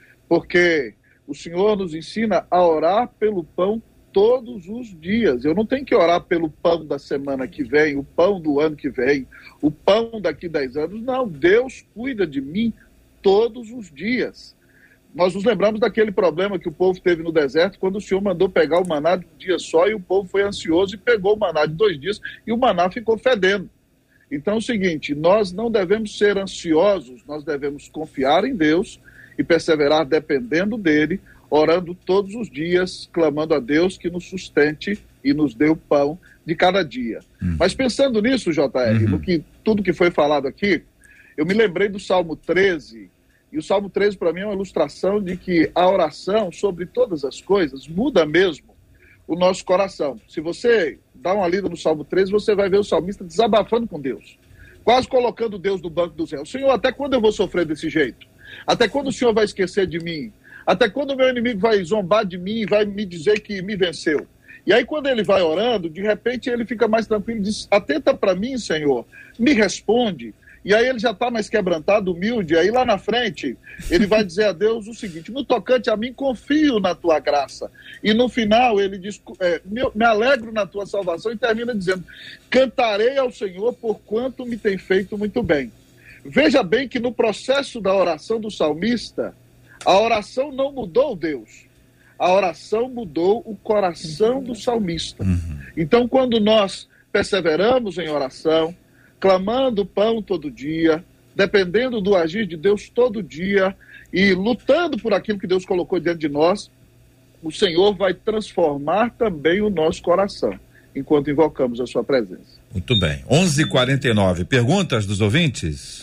porque o Senhor nos ensina a orar pelo pão todos os dias. Eu não tenho que orar pelo pão da semana que vem, o pão do ano que vem, o pão daqui dez anos. Não, Deus cuida de mim todos os dias. Nós nos lembramos daquele problema que o povo teve no deserto, quando o Senhor mandou pegar o maná de um dia só e o povo foi ansioso e pegou o maná de dois dias e o maná ficou fedendo. Então é o seguinte, nós não devemos ser ansiosos, nós devemos confiar em Deus e perseverar dependendo dele, orando todos os dias, clamando a Deus que nos sustente e nos dê o pão de cada dia. Hum. Mas pensando nisso, J R, uhum. no que, tudo que foi falado aqui, eu me lembrei do Salmo treze, e o Salmo treze para mim é uma ilustração de que a oração sobre todas as coisas muda mesmo o nosso coração. Se você dá uma lida no Salmo treze, você vai ver o salmista desabafando com Deus, quase colocando Deus no banco dos réus. Senhor, até quando eu vou sofrer desse jeito? Até quando o Senhor vai esquecer de mim? Até quando o meu inimigo vai zombar de mim e vai me dizer que me venceu? E aí quando ele vai orando, de repente ele fica mais tranquilo e diz, atenta para mim, Senhor, me responde. E aí ele já está mais quebrantado, humilde, aí lá na frente ele vai dizer a Deus o seguinte, no tocante a mim, confio na tua graça. E no final ele diz, é, me, me alegro na tua salvação, e termina dizendo, cantarei ao Senhor por quanto me tem feito muito bem. Veja bem que no processo da oração do salmista, a oração não mudou Deus, a oração mudou o coração do salmista. Uhum. Então quando nós perseveramos em oração, clamando pão todo dia, dependendo do agir de Deus todo dia e lutando por aquilo que Deus colocou diante de nós, o Senhor vai transformar também o nosso coração, enquanto invocamos a sua presença. Muito bem. onze e quarenta e nove, perguntas dos ouvintes?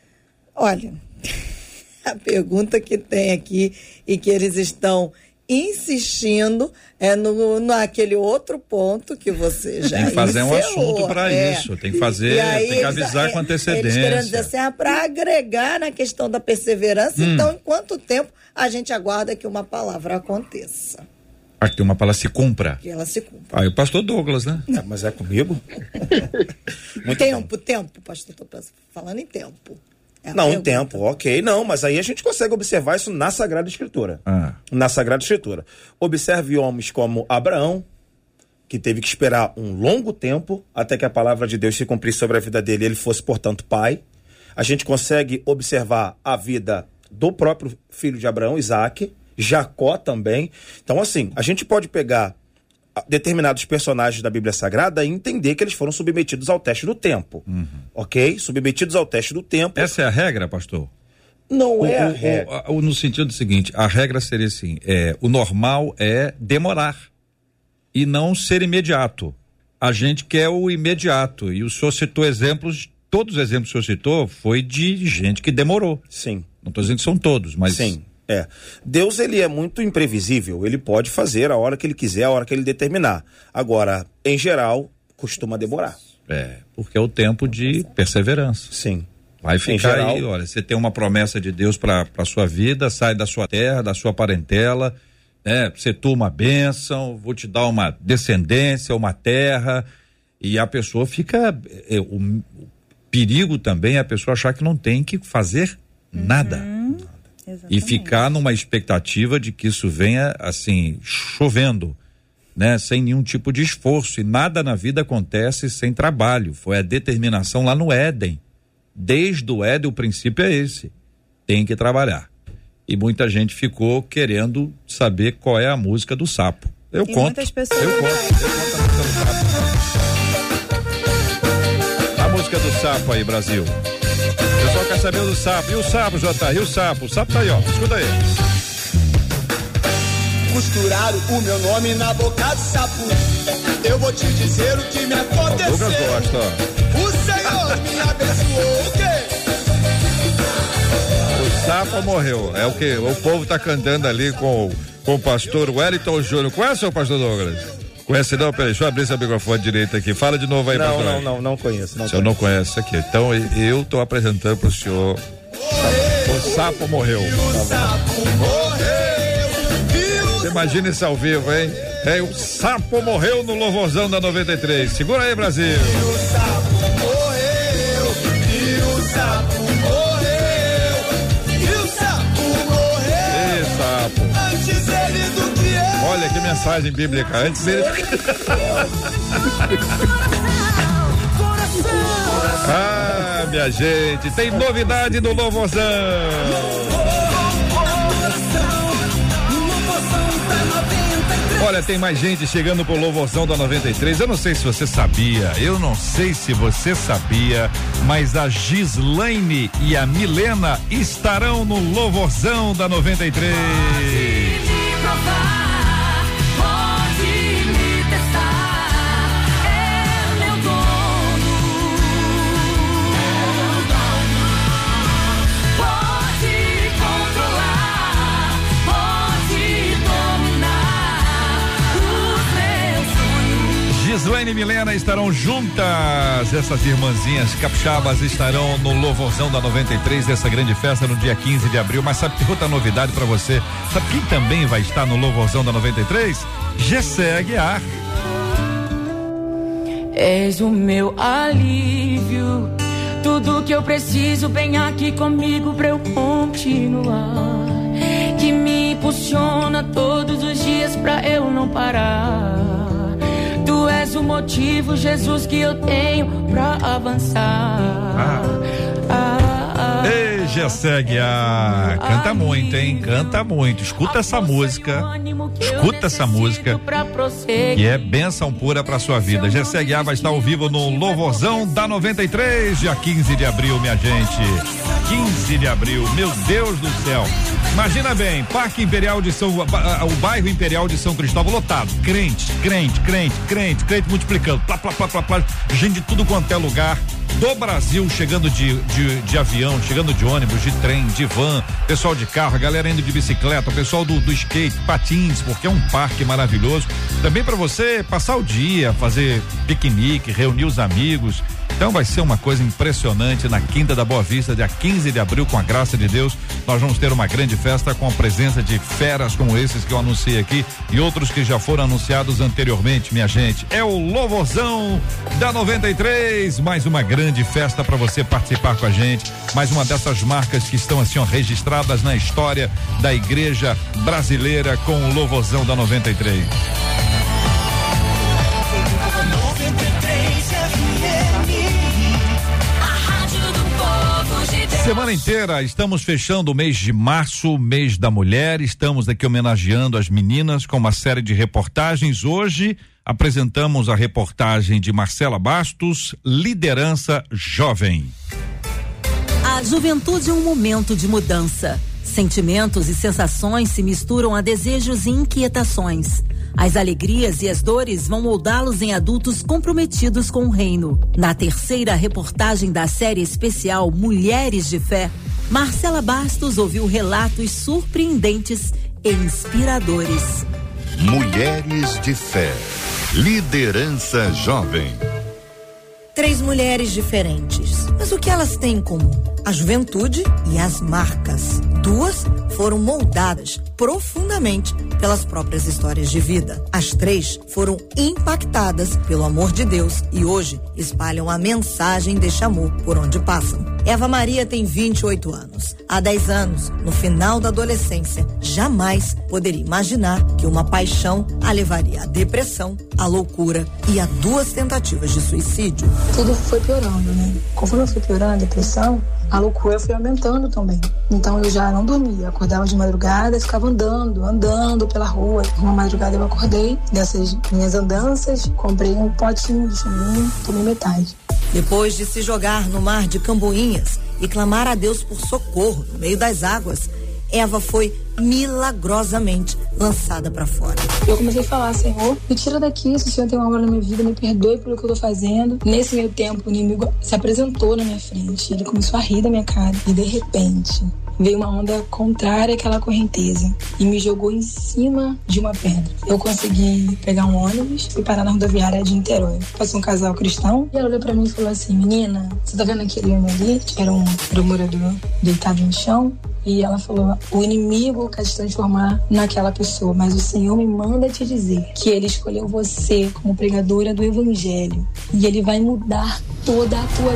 Olha, a pergunta que tem aqui e que eles estão insistindo é no, naquele outro ponto que você já tem que fazer encerrou, um assunto para é. isso, tem que fazer, aí, tem que avisar eles, com antecedência. Eles querendo dizer assim, ah, para agregar na questão da perseverança, hum. então em quanto tempo a gente aguarda que uma palavra aconteça? Ah, que uma palavra se cumpra. Que ela se cumpra. Ah, o pastor Douglas, né? É, mas é comigo? Muito tempo, bom. tempo, pastor, estou falando em tempo. É não, em tempo, ok. Não, mas aí a gente consegue observar isso na Sagrada Escritura. Ah. Na Sagrada Escritura. Observe homens como Abraão, que teve que esperar um longo tempo até que a palavra de Deus se cumprisse sobre a vida dele e ele fosse, portanto, pai. A gente consegue observar a vida do próprio filho de Abraão, Isaac, Jacó também. Então, assim, a gente pode pegar determinados personagens da Bíblia Sagrada e entender que eles foram submetidos ao teste do tempo. Uhum. Ok? Submetidos ao teste do tempo. Essa é a regra, pastor? Não o, é a o, regra. O, o, no sentido seguinte, a regra seria assim, é, o normal é demorar e não ser imediato. A gente quer o imediato. E o senhor citou exemplos, todos os exemplos que o senhor citou foi de gente que demorou. Sim. Não estou dizendo que são todos, mas... Sim. É, Deus ele é muito imprevisível, ele pode fazer a hora que ele quiser, a hora que ele determinar. Agora, em geral, costuma demorar. É, porque é o tempo de perseverança. Sim. Vai ficar geral, aí, olha, você tem uma promessa de Deus para a sua vida, sai da sua terra, da sua parentela, né? Você toma uma bênção, vou te dar uma descendência, uma terra, e a pessoa fica, é, o, o perigo também é a pessoa achar que não tem que fazer uhum. nada. Exatamente. E ficar numa expectativa de que isso venha assim, chovendo, né? Sem nenhum tipo de esforço, e nada na vida acontece sem trabalho. Foi a determinação lá no Éden. Desde o Éden o princípio é esse. tem que trabalhar. E muita gente ficou querendo saber qual é a música do Sapo. Eu e conto. Muitas pessoas... Eu conto. Eu conto a música do Sapo. A música do Sapo aí, Brasil. O pessoal quer saber do Sapo. E o Sapo, Jota? E o Sapo? O Sapo tá aí, ó. Escuta aí. Costuraram o meu nome na boca do sapo. Eu vou te dizer o que me aconteceu. O Lucas gosta, ó. O Senhor me abençoou. O quê? O Sapo morreu. É o que o povo tá cantando ali com, com o pastor Wellington Júnior. Conhece o pastor Douglas? Conhece não? Peraí, deixa eu abrir esse microfone direito aqui. Fala de novo aí, não, pastor. Não, não, não conheço. Não o senhor conheço. não conhece aqui. Então eu tô apresentando pro senhor. O Sapo morreu. O sapo morreu. Imagina isso ao vivo, hein? É, o Sapo morreu no louvorzão da noventa e três. Segura aí, Brasil. E o sapo morreu. E o sapo morreu. E o sapo morreu. Ei, Sapo. Antes ele do que eu. Olha que mensagem bíblica. Antes ele. Ah, minha gente, tem novidade no louvorzão. Olha, tem mais gente chegando pro louvorzão da noventa e três. Eu não sei se você sabia, eu não sei se você sabia, mas a Gislaine e a Milena estarão no louvorzão da noventa e três. Pode me provar, pode me testar, é meu dono. Pode controlar, pode dominar os meus sonhos. Gislaine e Milena estarão juntas. Essas irmãzinhas capixabas estarão no louvorzão da noventa e três dessa grande festa no dia quinze de abril. Mas sabe que outra novidade pra você? Sabe quem também vai estar no louvorzão da noventa e três? Gessé Aguiar. És o meu alívio, tudo que eu preciso vem aqui comigo pra eu continuar, que me impulsiona todos os dias pra eu não parar. Tu és o motivo, Jesus, que eu tenho pra avançar. Ah. Ah, ah. Ei, Gessé Aguiar, canta muito, hein? Canta muito. Escuta essa música. Escuta essa música. E é bênção pura pra sua vida. Gessé Aguiar vai estar ao vivo no louvorzão da noventa e três, dia quinze de abril, minha gente. quinze de abril, meu Deus do céu. Imagina bem, Parque Imperial de São, o bairro Imperial de São Cristóvão lotado, crente, crente, crente, crente, crente multiplicando, plá, plá, plá, plá, plá, gente de tudo quanto é lugar do Brasil, chegando de, de, de avião, chegando de ônibus, de trem, de van, pessoal de carro, a galera indo de bicicleta, o pessoal do, do skate, patins, porque é um parque maravilhoso, também para você passar o dia, fazer piquenique, reunir os amigos. Então vai ser uma coisa impressionante na Quinta da Boa Vista, dia quinze de abril, com a graça de Deus. Nós vamos ter uma grande festa com a presença de feras como esses que eu anunciei aqui e outros que já foram anunciados anteriormente, minha gente. É o louvorzão da noventa e três, mais uma grande festa para você participar com a gente. Mais uma dessas marcas que estão assim, ó, registradas na história da igreja brasileira com o louvorzão da noventa e três. Semana inteira estamos fechando o mês de março, mês da mulher, estamos aqui homenageando as meninas com uma série de reportagens. Hoje apresentamos a reportagem de Marcela Bastos, Liderança Jovem. A juventude é um momento de mudança. Sentimentos e sensações se misturam a desejos e inquietações. As alegrias e as dores vão moldá-los em adultos comprometidos com o reino. Na terceira reportagem da série especial Mulheres de Fé, Marcela Bastos ouviu relatos surpreendentes e inspiradores. Mulheres de Fé. Liderança Jovem. Três mulheres diferentes, mas o que elas têm em comum? A juventude e as marcas. Duas foram moldadas profundamente pelas próprias histórias de vida. As três foram impactadas pelo amor de Deus e hoje espalham a mensagem deste amor por onde passam. Eva Maria tem vinte e oito anos. Há dez anos, no final da adolescência, jamais poderia imaginar que uma paixão a levaria à depressão, à loucura e a duas tentativas de suicídio. Tudo foi piorando, né? Conforme eu fui piorando a depressão, a loucura foi aumentando também. Então eu já não dormia, acordava de madrugada, ficava andando, andando pela rua. Uma madrugada eu acordei dessas minhas andanças, comprei um potinho de chaminho, tomei metade. Depois de se jogar no mar de Camboinhas e clamar a Deus por socorro no meio das águas, Eva foi milagrosamente lançada para fora. Eu comecei a falar: Senhor, me tira daqui, se o Senhor tem uma obra na minha vida, me perdoe pelo que eu tô fazendo. Nesse meio tempo, o inimigo se apresentou na minha frente, ele começou a rir da minha cara e de repente veio uma onda contrária àquela correnteza e me jogou em cima de uma pedra. Eu consegui pegar um ônibus e parar na rodoviária de Niterói. Passou um casal cristão e ela olhou pra mim e falou assim: menina, você tá vendo aquele homem ali? Era um, era um morador deitado no chão. E ela falou: o inimigo quer te transformar naquela pessoa, mas o Senhor me manda te dizer que ele escolheu você como pregadora do evangelho e ele vai mudar toda a tua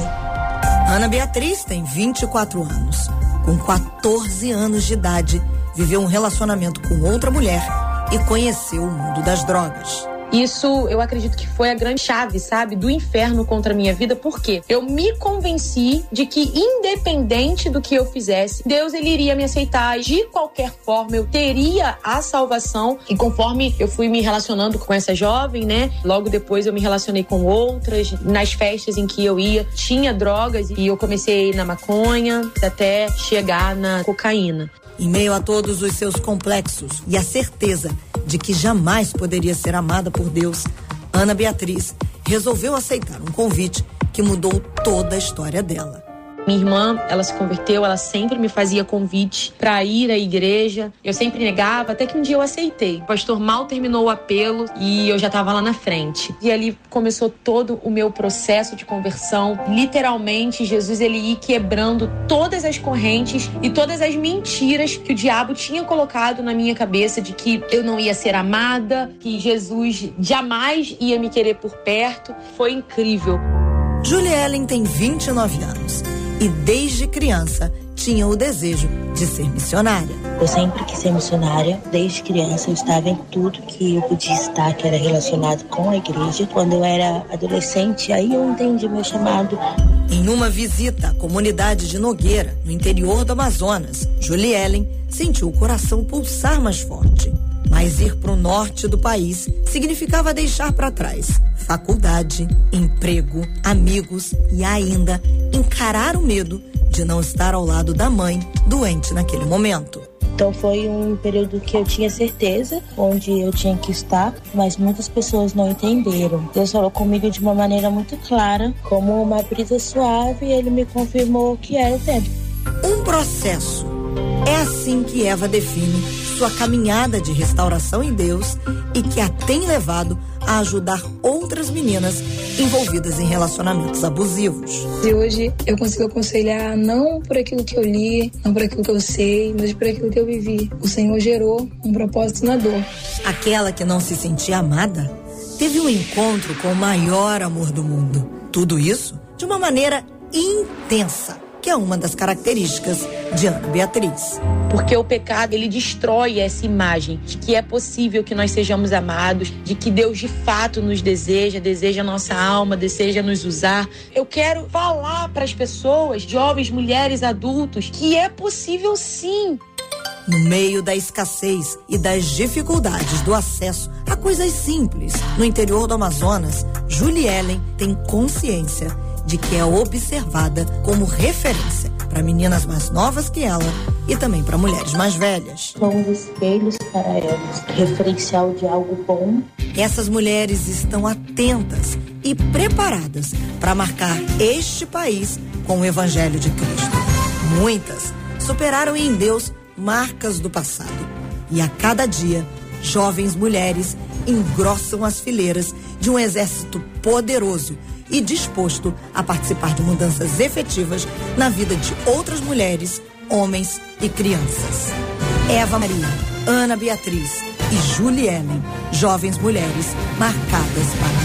vida. Ana Beatriz tem vinte e quatro anos. Com quatorze anos de idade, viveu um relacionamento com outra mulher e conheceu o mundo das drogas. Isso, eu acredito que foi a grande chave, sabe, do inferno contra a minha vida, porque eu me convenci de que, independente do que eu fizesse, Deus, ele iria me aceitar. De qualquer forma, eu teria a salvação. E conforme eu fui me relacionando com essa jovem, né, logo depois eu me relacionei com outras. Nas festas em que eu ia, tinha drogas e eu comecei na maconha até chegar na cocaína. Em meio a todos os seus complexos e a certeza de que jamais poderia ser amada por Deus, Ana Beatriz resolveu aceitar um convite que mudou toda a história dela. Minha irmã, ela se converteu, ela sempre me fazia convite para ir à igreja. Eu sempre negava, até que um dia eu aceitei. O pastor mal terminou o apelo e eu já estava lá na frente. E ali começou todo o meu processo de conversão. Literalmente, Jesus, ele ia quebrando todas as correntes e todas as mentiras que o diabo tinha colocado na minha cabeça de que eu não ia ser amada, que Jesus jamais ia me querer por perto. Foi incrível. Julia Ellen tem vinte e nove anos. E desde criança tinha o desejo de ser missionária. Eu sempre quis ser missionária. Desde criança eu estava em tudo que eu podia estar, que era relacionado com a igreja. Quando eu era adolescente, aí eu entendi meu chamado. Em uma visita à comunidade de Nogueira, no interior do Amazonas, Julia Ellen sentiu o coração pulsar mais forte. Mas ir para o norte do país significava deixar para trás faculdade, emprego, amigos e ainda encarar o medo de não estar ao lado da mãe doente naquele momento. Então foi um período que eu tinha certeza onde eu tinha que estar, mas muitas pessoas não entenderam. Deus falou comigo de uma maneira muito clara, como uma brisa suave, e ele me confirmou que era o tempo. Um processo. É assim que Eva define sua caminhada de restauração em Deus e que a tem levado a ajudar outras meninas envolvidas em relacionamentos abusivos. E hoje eu consigo aconselhar não por aquilo que eu li, não por aquilo que eu sei, mas por aquilo que eu vivi. O Senhor gerou um propósito na dor. Aquela que não se sentia amada teve um encontro com o maior amor do mundo. Tudo isso de uma maneira intensa, que é uma das características de Ana Beatriz. Porque o pecado, ele destrói essa imagem de que é possível que nós sejamos amados, de que Deus de fato nos deseja, deseja a nossa alma, deseja nos usar. Eu quero falar para as pessoas, jovens, mulheres, adultos, que é possível sim. No meio da escassez e das dificuldades do acesso a coisas simples, no interior do Amazonas, Julia Ellen tem consciência de que é observada como referência para meninas mais novas que ela e também para mulheres mais velhas. Somos espelhos para elas, referencial de algo bom. Essas mulheres estão atentas e preparadas para marcar este país com o Evangelho de Cristo. Muitas superaram em Deus marcas do passado. E a cada dia, jovens mulheres engrossam as fileiras de um exército poderoso e disposto a participar de mudanças efetivas na vida de outras mulheres, homens e crianças. Eva Maria, Ana Beatriz e Julia Ellen, jovens mulheres marcadas para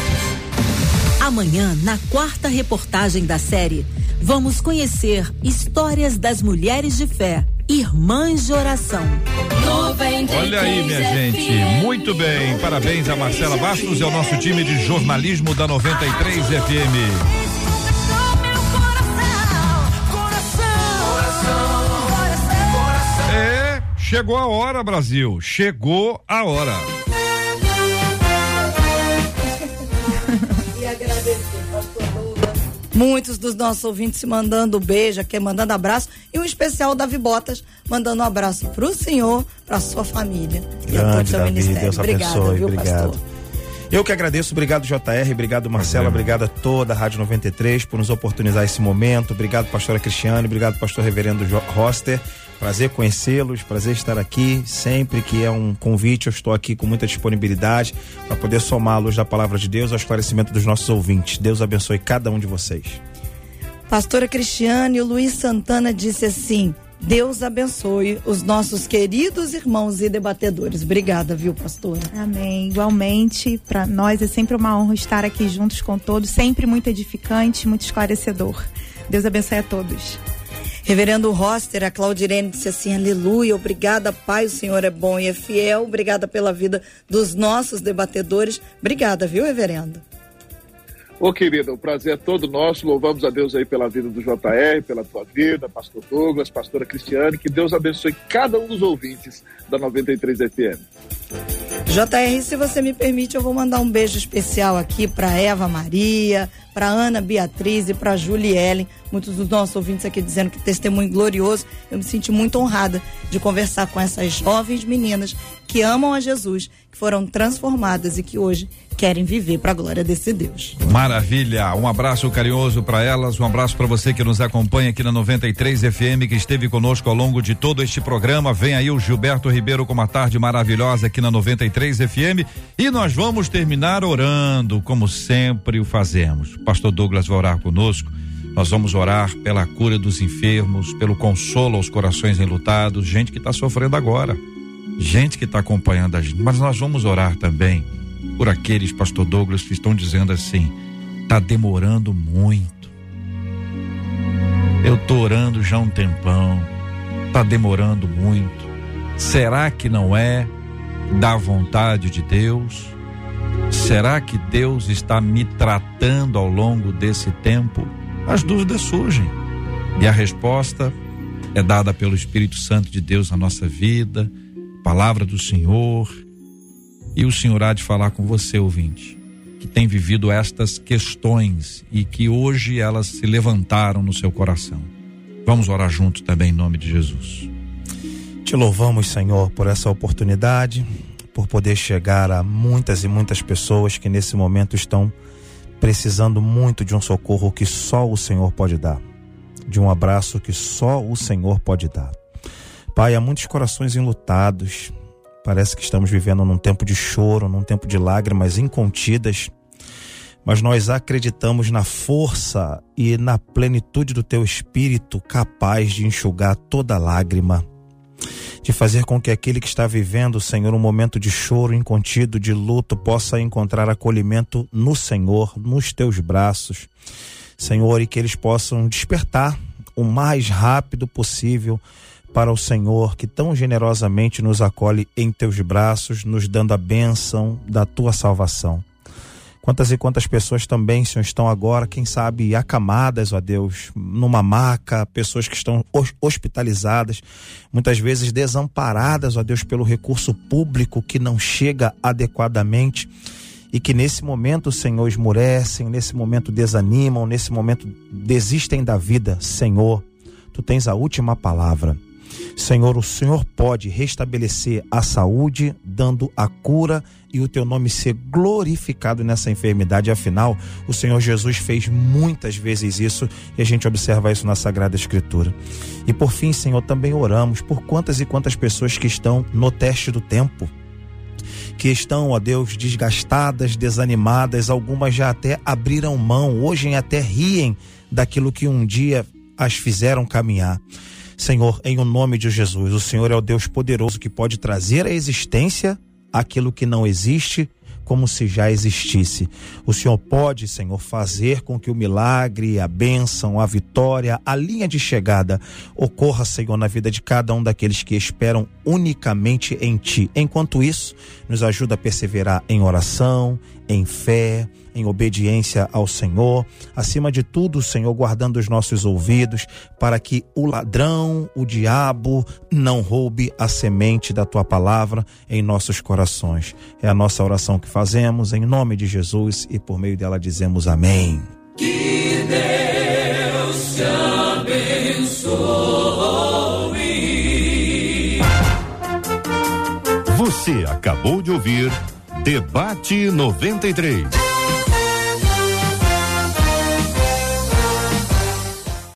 marcar. Amanhã, na quarta reportagem da série, vamos conhecer histórias das mulheres de fé, irmãs de oração. Olha aí, minha gente, muito bem, parabéns a Marcela Bastos e ao nosso time de jornalismo da noventa e três F M. chegou a hora, Brasil. Chegou a hora. E agradecer, pastor Douglas. Muitos dos nossos ouvintes se mandando beijo aqui, mandando abraço. E um especial Davi Botas, mandando um abraço pro senhor, pra sua família. Grande, e a todo o seu Davi, ministério. Deus Obrigada, abençoe, viu, obrigado. pastor? Eu que agradeço, obrigado J R, obrigado Marcela, Prazer. obrigado a toda a Rádio noventa e três por nos oportunizar esse momento, obrigado pastora Cristiane, obrigado pastor reverendo Roster, prazer conhecê-los, prazer estar aqui, sempre que é um convite eu estou aqui com muita disponibilidade para poder somar a luz da palavra de Deus ao esclarecimento dos nossos ouvintes. Deus abençoe cada um de vocês. Pastora Cristiane, o Luiz Santana disse assim: Deus abençoe os nossos queridos irmãos e debatedores. Obrigada, viu, pastora? Amém. Igualmente, para nós é sempre uma honra estar aqui juntos com todos, sempre muito edificante, muito esclarecedor. Deus abençoe a todos. Reverendo Roster, a Claudirene disse assim: aleluia, obrigada, Pai, o Senhor é bom e é fiel. Obrigada pela vida dos nossos debatedores. Obrigada, viu, reverendo? Ô querida, o prazer é todo nosso, louvamos a Deus aí pela vida do J R, pela tua vida, pastor Douglas, pastora Cristiane, que Deus abençoe cada um dos ouvintes da noventa e três F M. J R, se você me permite, eu vou mandar um beijo especial aqui para Eva Maria, para Ana Beatriz e para Juliellen, muitos dos nossos ouvintes aqui dizendo que testemunho glorioso. Eu me senti muito honrada de conversar com essas jovens meninas que amam a Jesus, que foram transformadas e que hoje querem viver para a glória desse Deus. Maravilha, um abraço carinhoso para elas, um abraço para você que nos acompanha aqui na noventa e três F M, que esteve conosco ao longo de todo este programa. Vem aí o Gilberto Ribeiro com uma tarde maravilhosa aqui na noventa e três F M e nós vamos terminar orando, como sempre o fazemos. O pastor Douglas vai orar conosco. Nós vamos orar pela cura dos enfermos, pelo consolo aos corações enlutados, gente que está sofrendo agora, gente que está acompanhando a gente, mas nós vamos orar também por aqueles, pastor Douglas, que estão dizendo assim: tá demorando muito, eu tô orando já há um tempão, tá demorando muito, será que não é da vontade de Deus? Será que Deus está me tratando ao longo desse tempo? As dúvidas surgem e a resposta é dada pelo Espírito Santo de Deus na nossa vida, palavra do Senhor, e o Senhor há de falar com você, ouvinte, que tem vivido estas questões e que hoje elas se levantaram no seu coração. Vamos orar juntos também em nome de Jesus. Te louvamos, Senhor, por essa oportunidade, por poder chegar a muitas e muitas pessoas que nesse momento estão precisando muito de um socorro que só o Senhor pode dar, de um abraço que só o Senhor pode dar. Pai, há muitos corações enlutados, parece que estamos vivendo num tempo de choro, num tempo de lágrimas incontidas, mas nós acreditamos na força e na plenitude do Teu Espírito capaz de enxugar toda lágrima, de fazer com que aquele que está vivendo, Senhor, um momento de choro incontido, de luto, possa encontrar acolhimento no Senhor, nos Teus braços, Senhor, e que eles possam despertar o mais rápido possível para o Senhor, que tão generosamente nos acolhe em Teus braços, nos dando a bênção da Tua salvação. Quantas e quantas pessoas também, Senhor, estão agora, quem sabe, acamadas, ó Deus, numa maca, pessoas que estão hospitalizadas, muitas vezes desamparadas, ó Deus, pelo recurso público que não chega adequadamente e que nesse momento, Senhor, esmurecem, nesse momento desanimam, nesse momento desistem da vida. Senhor, Tu tens a última palavra. Senhor, o Senhor pode restabelecer a saúde, dando a cura e o Teu nome ser glorificado nessa enfermidade. Afinal, o Senhor Jesus fez muitas vezes isso e a gente observa isso na Sagrada Escritura. E por fim, Senhor, também oramos por quantas e quantas pessoas que estão no teste do tempo, que estão, ó Deus, desgastadas, desanimadas, algumas já até abriram mão, hoje até riem daquilo que um dia as fizeram caminhar. Senhor, em o nome de Jesus, o Senhor é o Deus poderoso que pode trazer à existência aquilo que não existe, como se já existisse. O Senhor pode, Senhor, fazer com que o milagre, a bênção, a vitória, a linha de chegada ocorra, Senhor, na vida de cada um daqueles que esperam unicamente em Ti. Enquanto isso, nos ajuda a perseverar em oração, em fé, em em obediência ao Senhor. Acima de tudo, Senhor, guardando os nossos ouvidos para que o ladrão, o diabo, não roube a semente da tua palavra em nossos corações. É a nossa oração que fazemos em nome de Jesus e por meio dela dizemos amém. Que Deus te abençoe. Você acabou de ouvir Debate noventa e três.